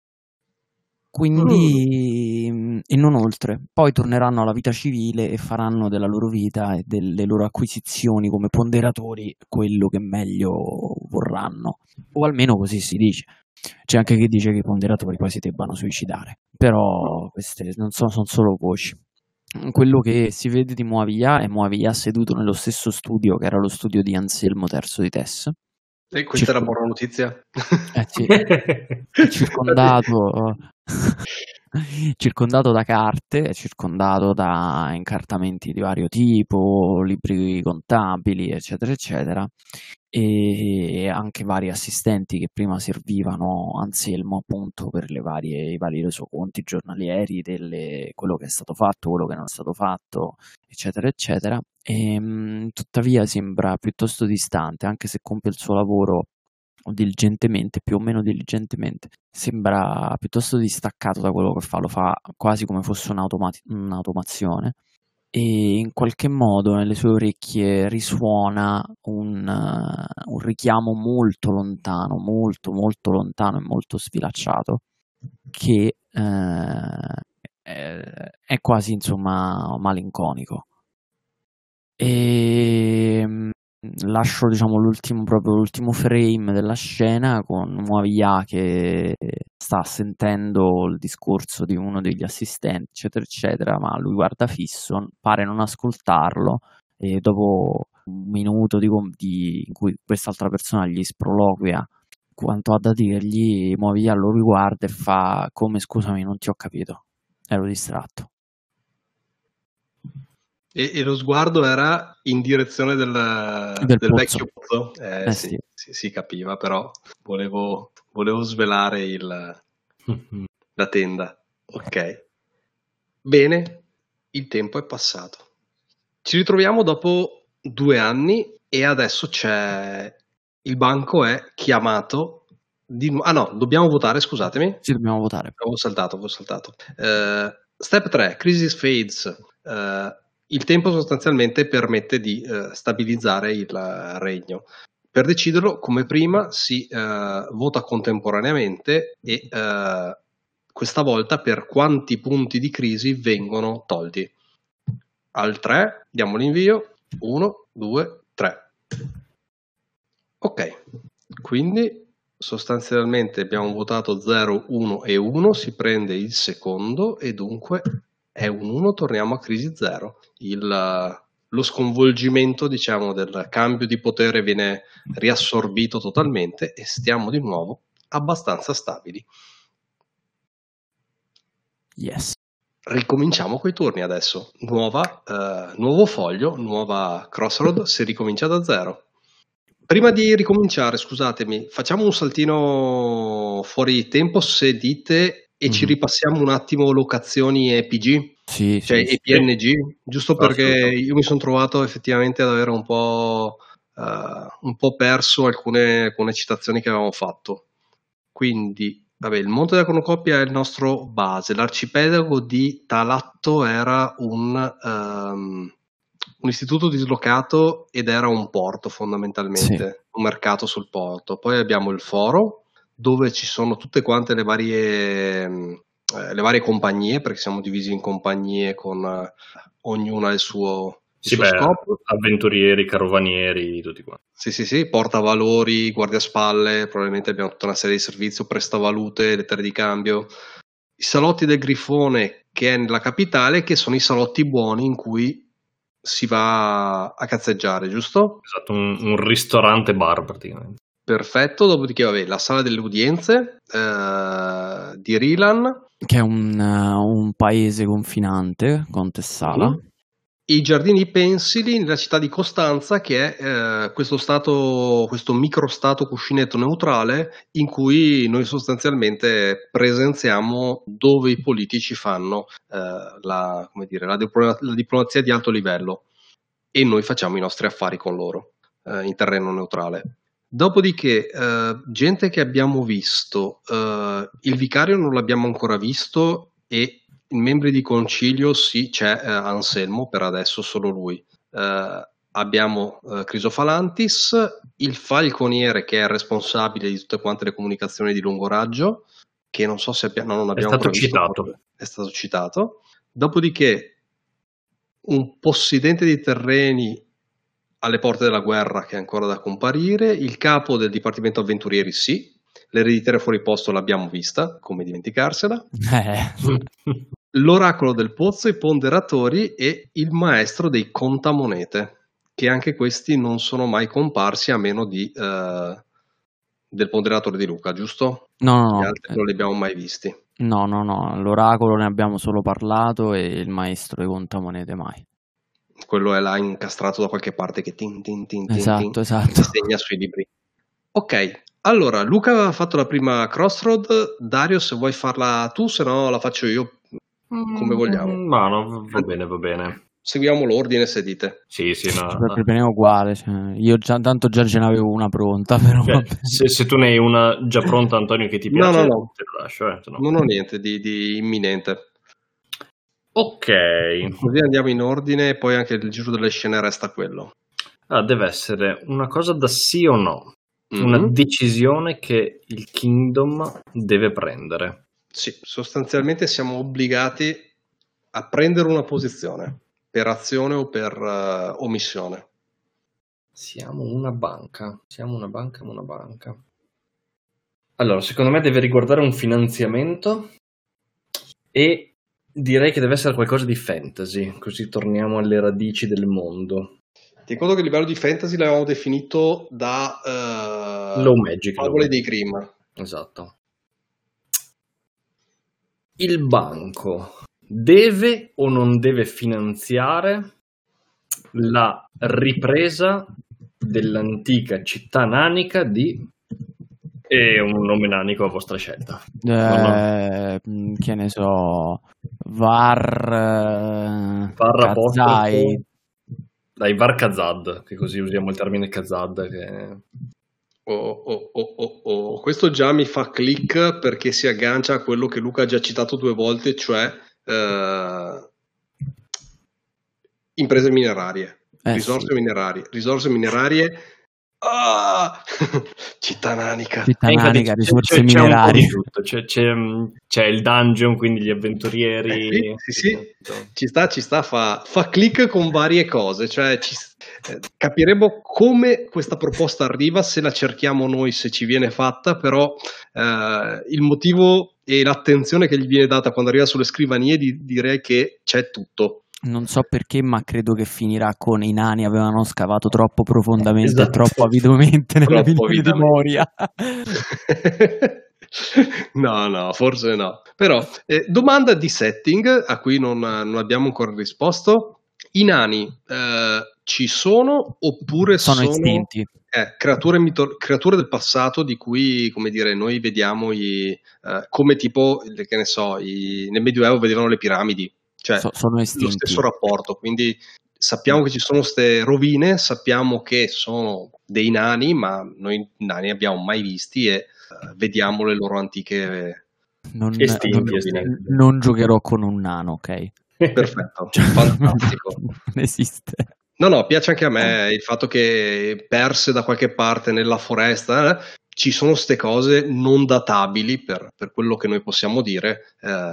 Quindi, e non oltre. Poi torneranno alla vita civile e faranno della loro vita e delle loro acquisizioni come ponderatori quello che meglio vorranno. O almeno così si dice. C'è anche chi dice che i ponderatori poi si debbano suicidare. Però queste non sono solo voci. Quello che si vede di Moavia è Moavia seduto nello stesso studio che era lo studio di Anselmo III di Tess. E questa è la buona notizia. Sì. Circondato da carte, è circondato da incartamenti di vario tipo, libri contabili, eccetera, eccetera, e anche vari assistenti che prima servivano Anselmo appunto per i vari resoconti giornalieri quello che è stato fatto, quello che non è stato fatto, eccetera, eccetera. Tuttavia sembra piuttosto distante, anche se compie il suo lavoro diligentemente, più o meno diligentemente, sembra piuttosto distaccato da quello che fa, lo fa quasi come fosse un'automazione, e in qualche modo nelle sue orecchie risuona un richiamo molto lontano, molto molto lontano e molto sfilacciato, che è quasi, insomma, malinconico. E lascio, diciamo, l'ultimo frame della scena con Moavia che sta sentendo il discorso di uno degli assistenti, eccetera, eccetera, ma lui guarda fisso, pare non ascoltarlo, e dopo un minuto in cui quest'altra persona gli sproloquia quanto ha da dirgli, Moavia lo riguarda e fa: come, scusami, non ti ho capito, ero distratto. E lo sguardo era in direzione del Del vecchio pozzo? sì. Si capiva, però volevo svelare la tenda. Ok. Bene, il tempo è passato. Ci ritroviamo dopo 2 anni e adesso il banco è chiamato di nuovo. Ah no, dobbiamo votare, scusatemi. Sì, dobbiamo votare. Avevo saltato. Step 3, Crisis Phase. Il tempo sostanzialmente permette di stabilizzare il regno. Per deciderlo, come prima, si vota contemporaneamente e questa volta per quanti punti di crisi vengono tolti. Al 3 diamo l'invio. 1, 2, 3. Ok, quindi sostanzialmente abbiamo votato 0, 1 e 1, si prende il secondo e dunque è un 1, torniamo a crisi 0. Lo sconvolgimento, diciamo, del cambio di potere viene riassorbito totalmente e stiamo di nuovo abbastanza stabili. Yes. Ricominciamo coi turni adesso. Nuovo foglio, nuova crossroad, si ricomincia da 0. Prima di ricominciare, scusatemi, facciamo un saltino fuori tempo se dite e ci ripassiamo un attimo locazioni EPG, sì, EPNG, giusto perché io mi sono trovato effettivamente ad avere un po' perso alcune citazioni che avevamo fatto. Quindi, vabbè, il Monte della Cornucopia è il nostro base, l'arcipelago di Talatto era un istituto dislocato ed era un porto fondamentalmente, un mercato sul porto. Poi abbiamo il foro dove ci sono tutte quante le varie compagnie, perché siamo divisi in compagnie con ognuna il suo scopo. Avventurieri, carovanieri, tutti quanti. Sì, portavalori, guardiaspalle, probabilmente abbiamo tutta una serie di servizi, prestavalute, lettere di cambio. I salotti del Grifone, che è nella capitale, che sono i salotti buoni in cui si va a cazzeggiare, giusto? Esatto, un ristorante bar praticamente. Perfetto, dopodiché vabbè, la sala delle udienze di Rilan, che è un paese confinante con Tessala. I giardini pensili nella città di Costanza, che è questo microstato cuscinetto neutrale in cui noi sostanzialmente presenziamo dove i politici fanno la diplomazia di alto livello e noi facciamo i nostri affari con loro in terreno neutrale. Dopodiché, gente che abbiamo visto, il vicario non l'abbiamo ancora visto e i membri di concilio sì, c'è Anselmo, per adesso solo lui. Abbiamo Crisofalantis, il falconiere che è responsabile di tutte quante le comunicazioni di lungo raggio, che non so se non abbiamo ancora visto. È stato citato. Dopodiché un possidente di terreni alle porte della guerra che è ancora da comparire, il capo del Dipartimento Avventurieri sì, l'ereditiera fuori posto l'abbiamo vista, come dimenticarsela, l'oracolo del pozzo, i ponderatori e il maestro dei contamonete, che anche questi non sono mai comparsi a meno del ponderatore di Luca, giusto? No. Gli altri non li abbiamo mai visti. No, l'oracolo ne abbiamo solo parlato e il maestro dei contamonete mai. Quello è là incastrato da qualche parte che esatto. segna sui libri. Ok, allora Luca aveva fatto la prima crossroad. Dario, se vuoi farla tu, se no la faccio io, come vogliamo. Ma no, va bene. Seguiamo l'ordine se dite. Sì, no. Per bene è uguale, io già ce n'avevo una pronta, però se tu ne hai una già pronta, Antonio, che ti piace, no. te lo lascio. No. Non ho niente di imminente. Ok. Così andiamo in ordine e poi anche il giro delle scene resta quello. Deve essere una cosa da sì o no. Una decisione che il Kingdom deve prendere. Sì, sostanzialmente siamo obbligati a prendere una posizione per azione o per omissione. Siamo una banca. Allora, secondo me deve riguardare un finanziamento e direi che deve essere qualcosa di fantasy, così torniamo alle radici del mondo. Ti ricordo che il livello di fantasy l'avevamo definito da Low Magic. Favole dei Grimm. Esatto. Il banco deve o non deve finanziare la ripresa dell'antica città nanica di... E un nome nanico a vostra scelta. Che ne so, Kazai. Dai, Var Kazad, che così usiamo il termine Kazad. Che... Questo già mi fa click perché si aggancia a quello che Luca ha già citato 2 volte, cioè imprese minerarie, risorse minerarie. Città nanica, risorse minerarie. C'è il dungeon, quindi gli avventurieri. Sì. Ci sta, fa click con varie cose, cioè capiremo come questa proposta arriva, se la cerchiamo noi, se ci viene fatta, però il motivo e l'attenzione che gli viene data quando arriva sulle scrivanie direi che c'è tutto. Non so perché, ma credo che finirà con i nani avevano scavato troppo profondamente e troppo avidamente nella mine di Moria. No, forse no. Però, domanda di setting a cui non abbiamo ancora risposto. I nani ci sono oppure sono estinti? Creature del passato di cui, come dire, noi vediamo come tipo, che ne so, nel Medioevo vedevano le piramidi. Cioè, sono estinti. Lo stesso rapporto, quindi sappiamo che ci sono queste rovine, sappiamo che sono dei nani, ma noi nani abbiamo mai visti e vediamo le loro antiche estinti. Non giocherò con un nano, ok? Perfetto, fantastico. Non esiste. No, piace anche a me il fatto che perse da qualche parte nella foresta ci sono ste cose non databili per quello che noi possiamo dire,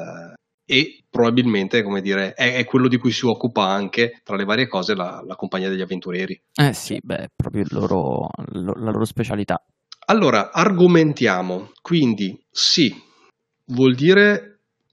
e probabilmente, come dire, è quello di cui si occupa anche, tra le varie cose, la compagnia degli avventurieri. Sì, proprio la loro specialità. Allora, argomentiamo. Quindi, sì, vuol dire...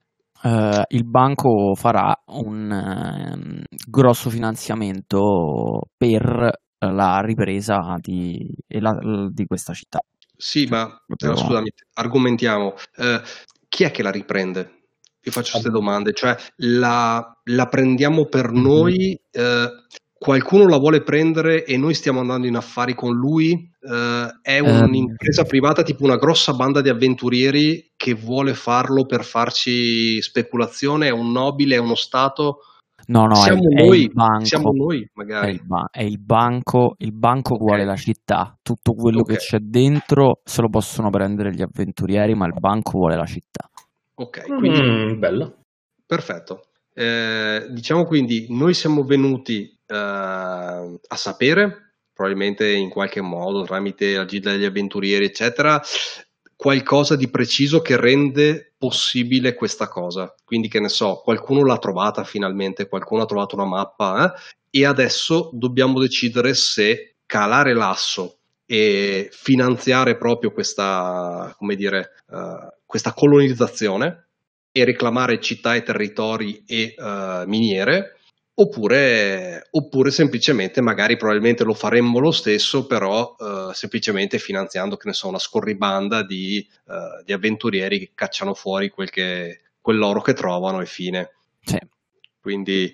il banco farà un grosso finanziamento per la ripresa di questa città. Sì, ma scusami, argomentiamo. Chi è che la riprende? Io faccio queste domande, cioè la prendiamo per noi, qualcuno la vuole prendere e noi stiamo andando in affari con lui, è un'impresa privata tipo una grossa banda di avventurieri che vuole farlo per farci speculazione, è un nobile, è uno stato? No, siamo noi magari. È il banco okay. Vuole la città, tutto quello che c'è dentro se lo possono prendere gli avventurieri, ma il banco vuole la città. Ok, quindi bello. Perfetto. Diciamo quindi noi siamo venuti a sapere, probabilmente in qualche modo tramite la Gilda degli Avventurieri eccetera, qualcosa di preciso che rende possibile questa cosa. Quindi, che ne so, qualcuno l'ha trovata finalmente, qualcuno ha trovato una mappa e adesso dobbiamo decidere se calare l'asso e finanziare proprio questa, come dire, questa colonizzazione e reclamare città e territori e miniere, oppure semplicemente, magari probabilmente lo faremmo lo stesso, però semplicemente finanziando, che ne so, una scorribanda di avventurieri che cacciano fuori quell'oro che trovano e fine. Sì. Quindi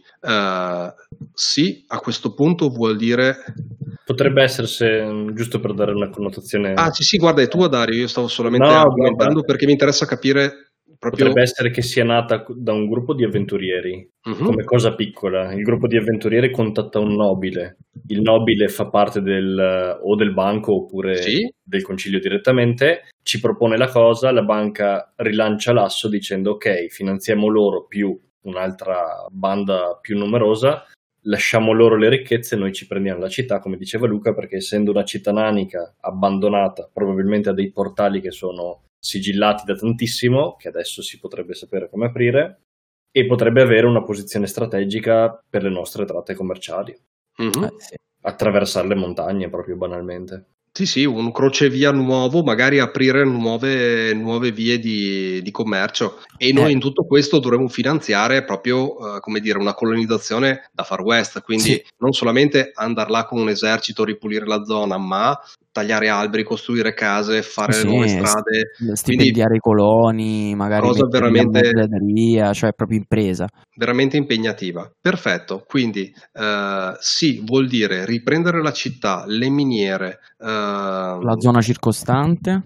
sì, a questo punto vuol dire... Potrebbe essere, giusto per dare una connotazione... Sì, guarda, è tua Dario, io stavo solamente argomentando perché mi interessa capire proprio... Potrebbe essere che sia nata da un gruppo di avventurieri, come cosa piccola. Il gruppo di avventurieri contatta un nobile, il nobile fa parte o del banco oppure del concilio direttamente, ci propone la cosa, la banca rilancia l'asso dicendo ok, finanziamo loro più un'altra banda più numerosa, lasciamo loro le ricchezze e noi ci prendiamo la città, come diceva Luca, perché essendo una città nanica abbandonata, probabilmente ha dei portali che sono sigillati da tantissimo, che adesso si potrebbe sapere come aprire, e potrebbe avere una posizione strategica per le nostre tratte commerciali. Attraversare le montagne, proprio banalmente. Sì, un crocevia nuovo, magari aprire nuove vie di commercio, e noi in tutto questo dovremo finanziare proprio, come dire, una colonizzazione da Far West, quindi non solamente andare là con un esercito, ripulire la zona, ma tagliare alberi, costruire case, fare le nuove strade, stipendiare i coloni, magari cosa veramente cioè proprio impresa. Veramente impegnativa. Perfetto, quindi sì, vuol dire riprendere la città, le miniere, la zona circostante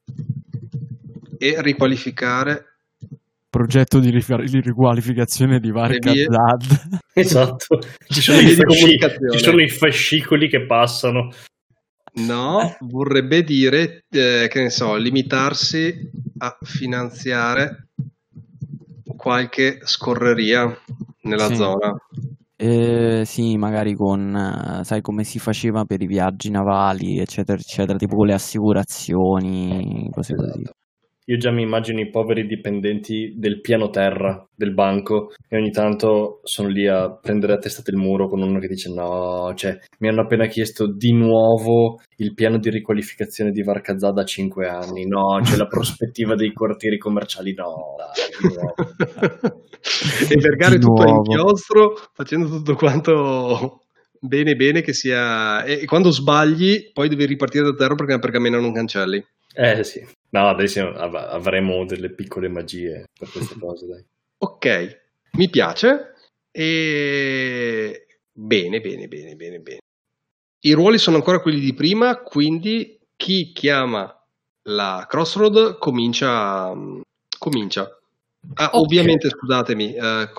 e riqualificare. Progetto di riqualificazione di Varca Zad. Esatto, ci sono i fascicoli che passano. No, vorrebbe dire, che ne so, limitarsi a finanziare qualche scorreria nella zona. Sì, magari con, sai come si faceva per i viaggi navali, eccetera, eccetera, tipo con le assicurazioni, cose così. Io già mi immagino i poveri dipendenti del piano terra del banco e ogni tanto sono lì a prendere a testate il muro con uno che dice no, cioè mi hanno appena chiesto di nuovo il piano di riqualificazione di Varca Zad da 5 anni, no, c'è la prospettiva dei quartieri commerciali, no, dai, di nuovo. E vergare tutto a inchiostro facendo tutto quanto bene che sia, e quando sbagli poi devi ripartire da zero perché almeno non cancelli. Sì, no, adesso avremo delle piccole magie per queste cose, dai. Ok, mi piace. E bene. I ruoli sono ancora quelli di prima, quindi chi chiama la Crossroad comincia. Okay. Ovviamente, scusatemi,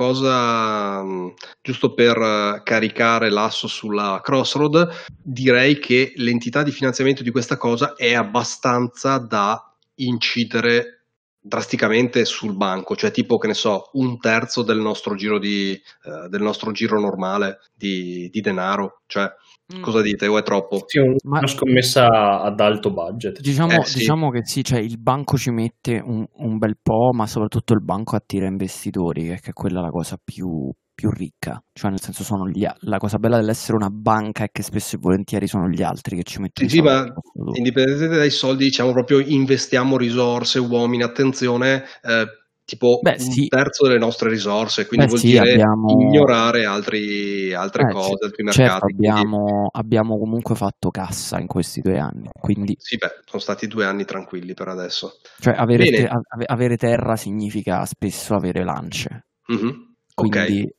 giusto per caricare l'asso sulla Crossroad, direi che l'entità di finanziamento di questa cosa è abbastanza da incidere drasticamente sul banco, cioè tipo, che ne so, 1/3 del nostro giro del nostro giro normale di denaro, cioè cosa dite? O è troppo? Sì, una scommessa ad alto budget. Diciamo che sì, cioè il banco ci mette un bel po', ma soprattutto il banco attira investitori, che è quella la cosa più ricca, cioè nel senso la cosa bella dell'essere una banca è che spesso e volentieri sono gli altri che ci mettono sì, ma indipendentemente dai soldi, diciamo proprio investiamo risorse, uomini, attenzione, tipo 1/3 delle nostre risorse, quindi vuol dire ignorare altre cose, altri mercati. Certo, abbiamo comunque fatto cassa in questi 2 anni, quindi sì, sono stati 2 anni tranquilli per adesso. Cioè avere terra significa spesso avere lance. Mm-hmm. Quindi... Ok.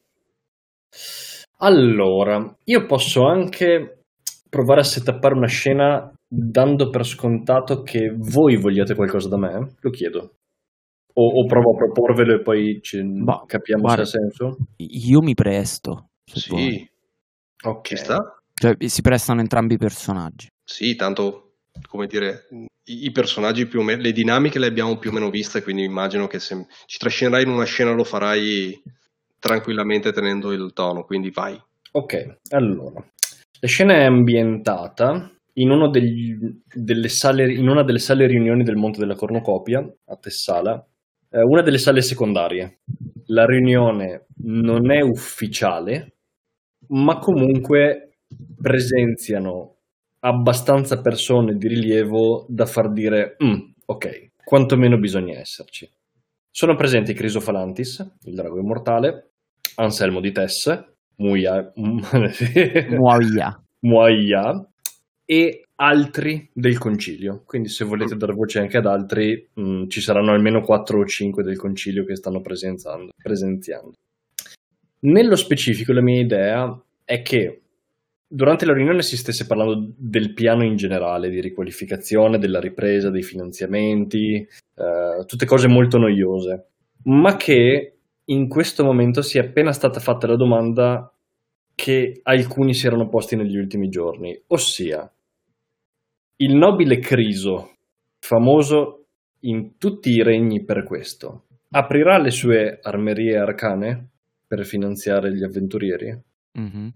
Allora, io posso anche provare a settappare una scena dando per scontato che voi vogliate qualcosa da me, lo chiedo. O provo a proporvelo e poi capiamo se ha senso? Io mi presto. Sì. Ok. Ci sta? Cioè, si prestano entrambi i personaggi. Sì, tanto, come dire, i personaggi più o meno, le dinamiche le abbiamo più o meno viste, quindi immagino che se ci trascinerai in una scena lo farai tranquillamente tenendo il tono, quindi vai. Ok, allora. La scena è ambientata in una delle sale riunioni del Monte della Cornucopia, a Tessala, una delle sale secondarie. La riunione non è ufficiale, ma comunque presenziano abbastanza persone di rilievo da far dire ok, quantomeno bisogna esserci. Sono presenti Crisofalantis, il drago immortale, Anselmo di Tess, Muaia e altri del concilio. Quindi se volete dare voce anche ad altri, ci saranno almeno 4 o 5 del concilio che stanno presenziando. Nello specifico la mia idea è che durante la riunione si stesse parlando del piano in generale di riqualificazione, della ripresa, dei finanziamenti, tutte cose molto noiose, ma che in questo momento sia appena stata fatta la domanda che alcuni si erano posti negli ultimi giorni, ossia il nobile Criso, famoso in tutti i regni per questo, aprirà le sue armerie arcane per finanziare gli avventurieri? Mm-hmm.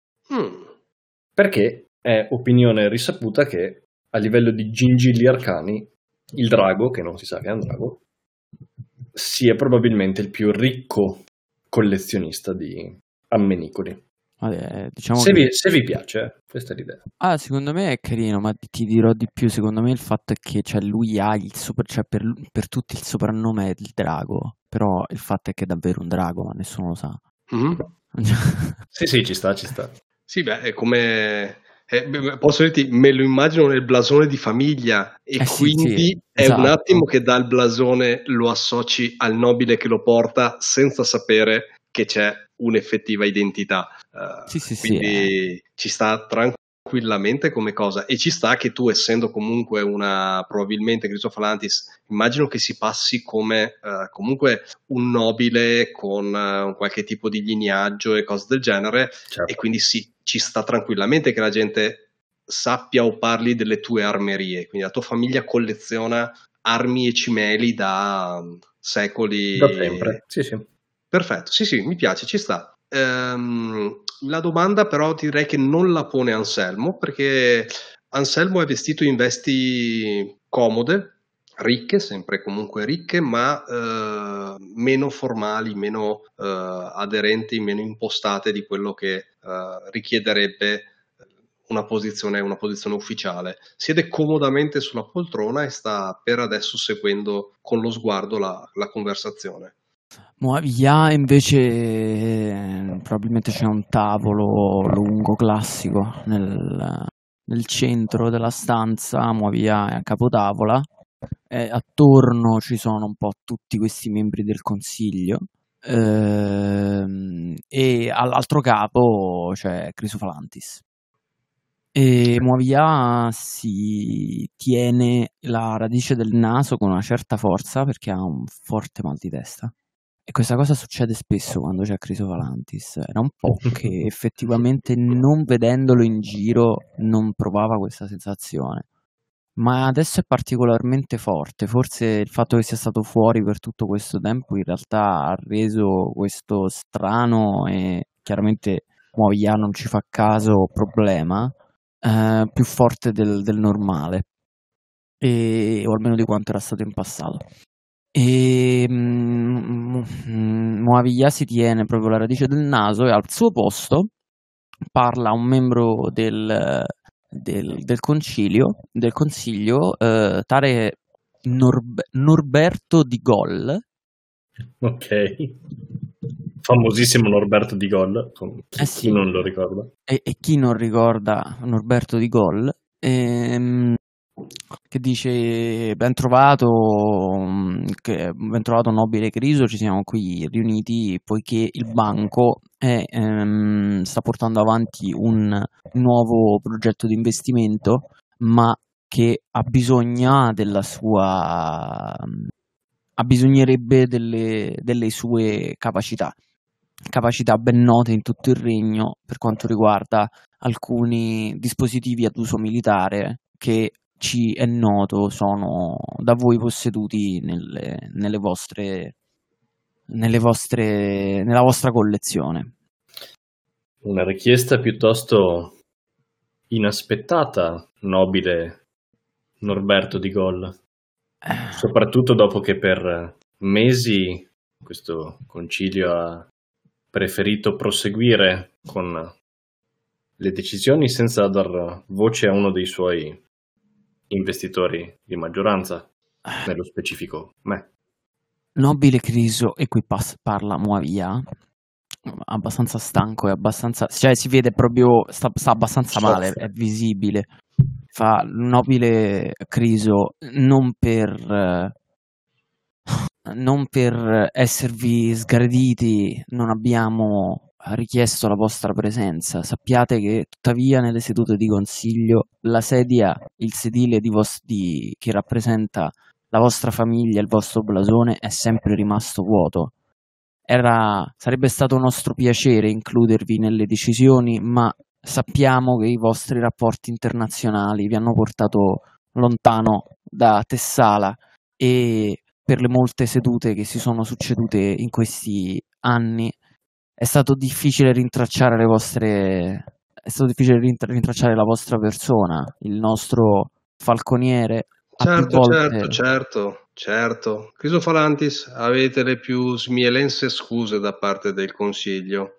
Perché è opinione risaputa che a livello di gingilli arcani il drago, che non si sa che è un drago, sia probabilmente il più ricco collezionista di ammenicoli. Diciamo se vi piace, questa è l'idea. Secondo me è carino, ma ti dirò di più. Secondo me il fatto è che lui ha per tutti il soprannome è il drago, però il fatto è che è davvero un drago, ma nessuno lo sa. Mm-hmm. Sì, ci sta. Sì, è come Posso dirti, me lo immagino nel blasone di famiglia e quindi sì, è esatto. un attimo che dal blasone lo associ al nobile che lo porta senza sapere che c'è un'effettiva identità. Quindi ci sta tranquillamente come cosa, e ci sta che tu, essendo comunque probabilmente Cristofalantis, immagino che si passi come comunque un nobile con qualche tipo di lignaggio e cose del genere, certo. E quindi sì, ci sta tranquillamente che la gente sappia o parli delle tue armerie, quindi la tua famiglia colleziona armi e cimeli da secoli. Da sempre, sì. Perfetto, sì, mi piace, ci sta. La domanda però direi che non la pone Anselmo, perché Anselmo è vestito in vesti comode, ricche, sempre comunque ricche, ma meno formali, meno aderenti, meno impostate di quello che richiederebbe una posizione ufficiale. Siede comodamente sulla poltrona e sta per adesso seguendo con lo sguardo la conversazione. Moavia invece probabilmente c'è un tavolo lungo, classico, nel centro della stanza. Moavia è a capotavola e attorno ci sono un po' tutti questi membri del consiglio, e all'altro capo c'è Crisofalantis. E Moavia si tiene la radice del naso con una certa forza perché ha un forte mal di testa. E questa cosa succede spesso quando c'è Crisofalantis. Era un po' che effettivamente, non vedendolo in giro, non provava questa sensazione. Ma adesso è particolarmente forte. Forse il fatto che sia stato fuori per tutto questo tempo in realtà ha reso questo strano, e chiaramente Moavia non ci fa caso, problema più forte del normale, o almeno di quanto era stato in passato. E Moavia si tiene proprio la radice del naso e al suo posto parla un membro del consiglio, tale Norberto Di Gol. Ok, famosissimo Norberto Di Gol, chi non lo ricorda. E chi non ricorda Norberto Di Gol, che dice: ben trovato nobile Criso, ci siamo qui riuniti poiché il banco sta portando avanti un nuovo progetto di investimento, ma che abbisognerebbe delle sue capacità ben note in tutto il regno per quanto riguarda alcuni dispositivi ad uso militare che ci è noto sono da voi posseduti nella vostra collezione. Una richiesta piuttosto inaspettata, nobile Norberto Di Gol, soprattutto dopo che per mesi questo concilio ha preferito proseguire con le decisioni senza dar voce a uno dei suoi investitori di maggioranza, nello specifico me. Nobile Criso, e qui parla Moavia, abbastanza stanco e abbastanza, cioè si vede proprio, sta abbastanza male, è visibile. Fa: nobile Criso, non per esservi sgraditi non abbiamo richiesto la vostra presenza. Sappiate che tuttavia nelle sedute di consiglio la sedia, il sedile che rappresenta la vostra famiglia, il vostro blasone, è sempre rimasto vuoto. Sarebbe stato nostro piacere includervi nelle decisioni, ma sappiamo che i vostri rapporti internazionali vi hanno portato lontano da Tessala, e per le molte sedute che si sono succedute in questi anni è stato difficile rintracciare rintracciare la vostra persona. Il nostro falconiere ha più volte... Certo. Crisofalantis, avete le più smielense scuse da parte del consiglio.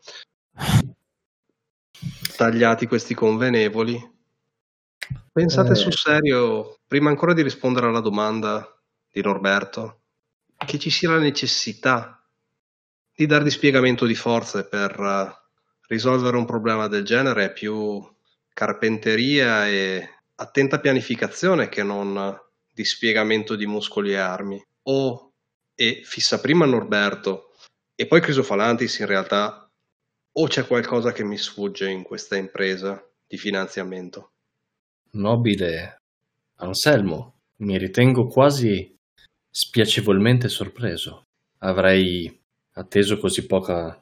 Tagliati questi convenevoli. Pensate sul serio, prima ancora di rispondere alla domanda di Norberto, che ci sia la necessità di dar dispiegamento di forze per risolvere un problema del genere è più carpenteria e attenta pianificazione che non dispiegamento di muscoli e armi. E fissa prima Norberto e poi Crisofalantis, in realtà o c'è qualcosa che mi sfugge in questa impresa di finanziamento? Nobile Anselmo, mi ritengo quasi spiacevolmente sorpreso. Avrei atteso così poca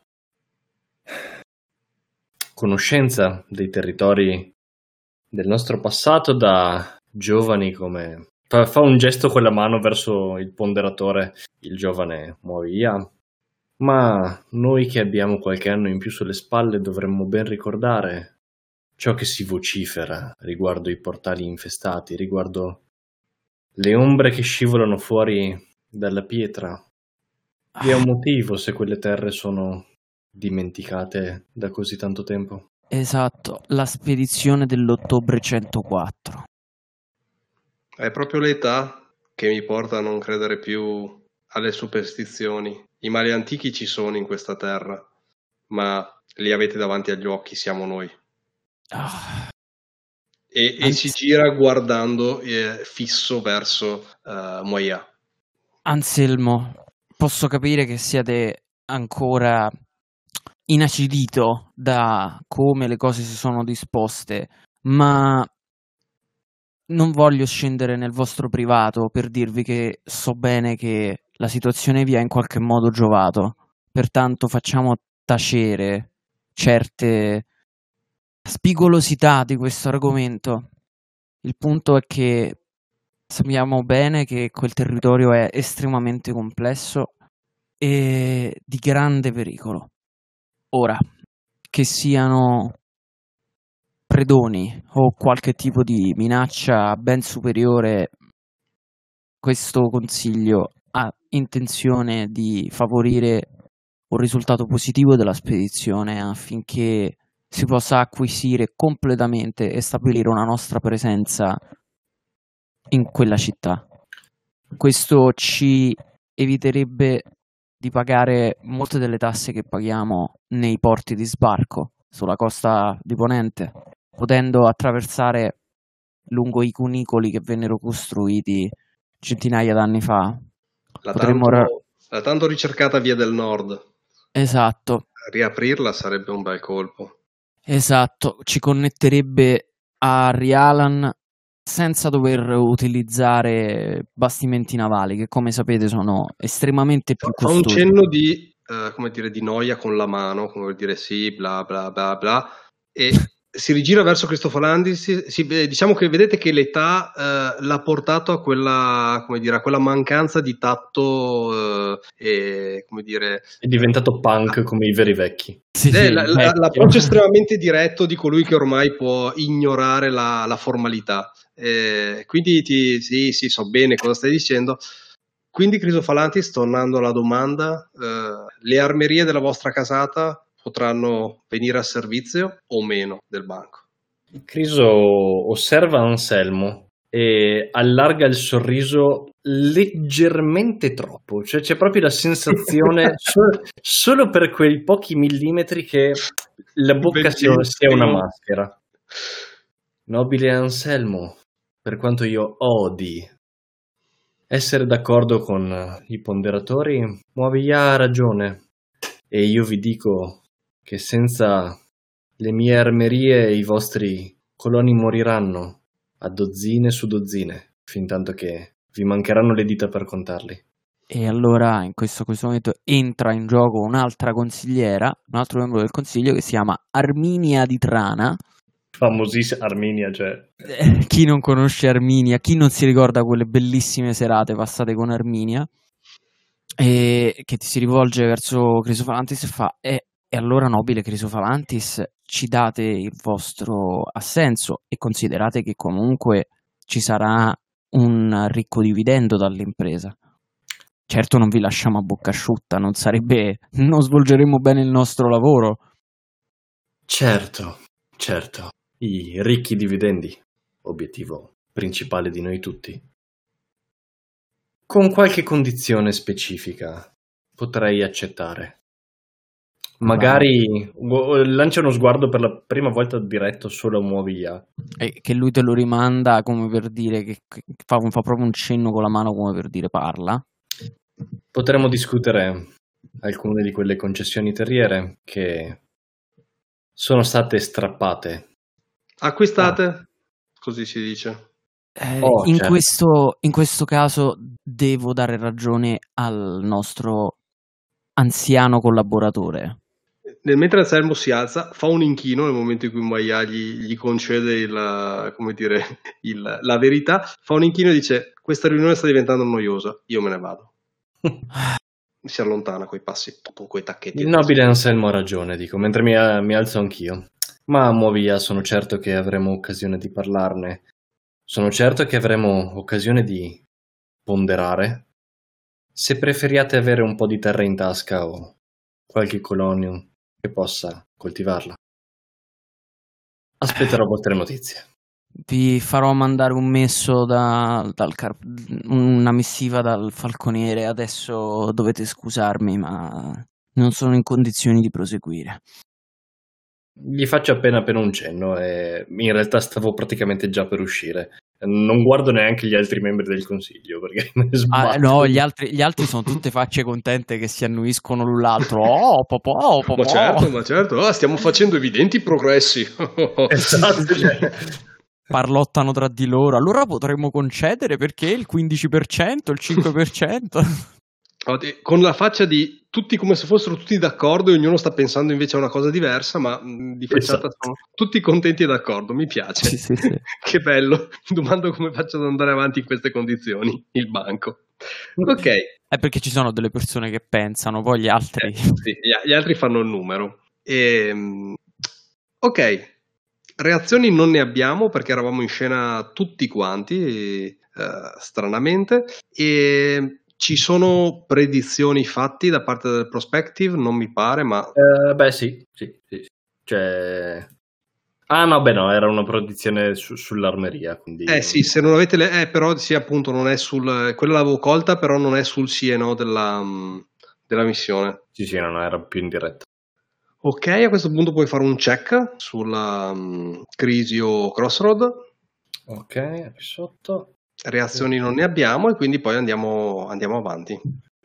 conoscenza dei territori del nostro passato da giovani come... Fa un gesto con la mano verso il ponderatore, il giovane Moia. Ma noi che abbiamo qualche anno in più sulle spalle dovremmo ben ricordare ciò che si vocifera riguardo i portali infestati, riguardo le ombre che scivolano fuori dalla pietra. Vi è un motivo se quelle terre sono dimenticate da così tanto tempo. Esatto, la spedizione dell'ottobre 104. È proprio l'età che mi porta a non credere più alle superstizioni. I mali antichi ci sono in questa terra, ma li avete davanti agli occhi, siamo noi. E si gira guardando fisso verso Moia. Anselmo, posso capire che siete ancora inacidito da come le cose si sono disposte, ma non voglio scendere nel vostro privato per dirvi che so bene che la situazione vi ha in qualche modo giovato, pertanto facciamo tacere certe spigolosità di questo argomento. Il punto è che sappiamo bene che quel territorio è estremamente complesso e di grande pericolo. Ora, che siano predoni o qualche tipo di minaccia ben superiore, questo consiglio ha intenzione di favorire un risultato positivo della spedizione affinché si possa acquisire completamente e stabilire una nostra presenza in quella città. Questo ci eviterebbe di pagare molte delle tasse che paghiamo nei porti di sbarco sulla costa di Ponente, potendo attraversare lungo i cunicoli che vennero costruiti centinaia d'anni fa. La tanto ricercata via del nord. Esatto. Riaprirla sarebbe un bel colpo. Esatto, ci connetterebbe a Rialan senza dover utilizzare bastimenti navali, che come sapete sono estremamente più costosi. Fa un cenno di, di noia con la mano, come vuol dire sì, bla bla bla bla, e si rigira verso Cristofolandis. Diciamo che vedete che l'età l'ha portato a quella, a quella mancanza di tatto e è diventato punk come i veri vecchi. Sì, l'approccio estremamente diretto di colui che ormai può ignorare la formalità. Quindi sì, so bene cosa stai dicendo. Quindi Crisofalantis, tornando alla domanda, le armerie della vostra casata potranno venire a servizio o meno del banco? Criso osserva Anselmo e allarga il sorriso leggermente troppo, cioè c'è proprio la sensazione solo per quei pochi millimetri che la bocca sia una maschera. Nobile Anselmo, per quanto io odi essere d'accordo con i ponderatori, Moavia ha ragione e io vi dico che senza le mie armerie i vostri coloni moriranno a dozzine su dozzine, fin tanto che vi mancheranno le dita per contarli. E allora in questo momento entra in gioco un'altra consigliera, un altro membro del consiglio che si chiama Arminia di Trana. Famosissima Arminia, cioè. Chi non conosce Arminia, chi non si ricorda quelle bellissime serate passate con Arminia, e che ti si rivolge verso Crisofalantis e fa e allora nobile Crisofalantis, ci date il vostro assenso e considerate che comunque ci sarà un ricco dividendo dall'impresa. Certo non vi lasciamo a bocca asciutta, non svolgeremo bene il nostro lavoro. Certo, i ricchi dividendi, obiettivo principale di noi tutti. Con qualche condizione specifica potrei accettare. Magari lancia uno sguardo per la prima volta diretto solo a Muovia. E che lui te lo rimanda come per dire che fa proprio un cenno con la mano come per dire parla. Potremmo discutere alcune di quelle concessioni terriere che sono state strappate. Acquistate, così si dice. Certo. In questo caso devo dare ragione al nostro anziano collaboratore. Mentre Anselmo si alza, fa un inchino nel momento in cui Maya gli concede la verità, fa un inchino e dice: questa riunione sta diventando noiosa, io me ne vado. Si allontana coi passi, con quei tacchetti. Il nobile Anselmo ha ragione, dico, mentre mi alzo anch'io. Ma Muovia, sono certo che avremo occasione di parlarne. Sono certo che avremo occasione di ponderare. Se preferiate avere un po' di terra in tasca o qualche colonio che possa coltivarla. Aspetterò vostre notizie. Vi farò mandare un messo una missiva dal falconiere. Adesso dovete scusarmi, ma non sono in condizioni di proseguire. Gli faccio appena un cenno e in realtà stavo praticamente già per uscire. Non guardo neanche gli altri membri del consiglio perché me ne sbatto. No, gli altri sono tutte facce contente che si annuiscono l'un l'altro. Papà. Ma certo, stiamo facendo evidenti progressi. Esatto. Parlottano tra di loro. Allora potremmo concedere perché il 15%, il 5%. Con la faccia di tutti come se fossero tutti d'accordo e ognuno sta pensando invece a una cosa diversa, ma di facciata sono tutti contenti e d'accordo, mi piace. Sì. Che bello, domando come faccio ad andare avanti in queste condizioni, il banco. Ok. È perché ci sono delle persone che pensano, poi gli altri... Sì, gli altri fanno il numero. Ok, reazioni non ne abbiamo perché eravamo in scena tutti quanti, stranamente, e... Ci sono predizioni fatti da parte del Prospective? Non mi pare, ma... Sì. Cioè... no, era una predizione sull'armeria, quindi... sì, se non avete però sì, appunto, non è sul... Quella l'avevo colta, però non è sul sì e no della missione. Sì, no, era più in diretta. Ok, a questo punto puoi fare un check sulla Crisio Crossroad. Ok, qui sotto... Reazioni non ne abbiamo e quindi poi andiamo avanti.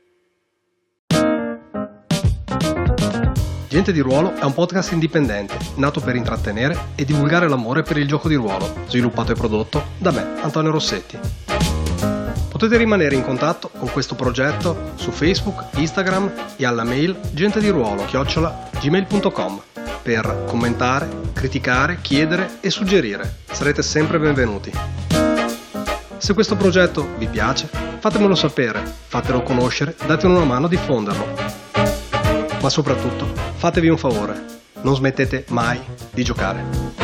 Gente di Ruolo è un podcast indipendente, nato per intrattenere e divulgare l'amore per il gioco di ruolo, sviluppato e prodotto da me, Antonio Rossetti. Potete rimanere in contatto con questo progetto su Facebook, Instagram e alla mail gentediruolo@gmail.com per commentare, criticare, chiedere e suggerire. Sarete sempre benvenuti. Se questo progetto vi piace, fatemelo sapere, fatelo conoscere, datemi una mano a diffonderlo. Ma soprattutto, fatevi un favore, non smettete mai di giocare.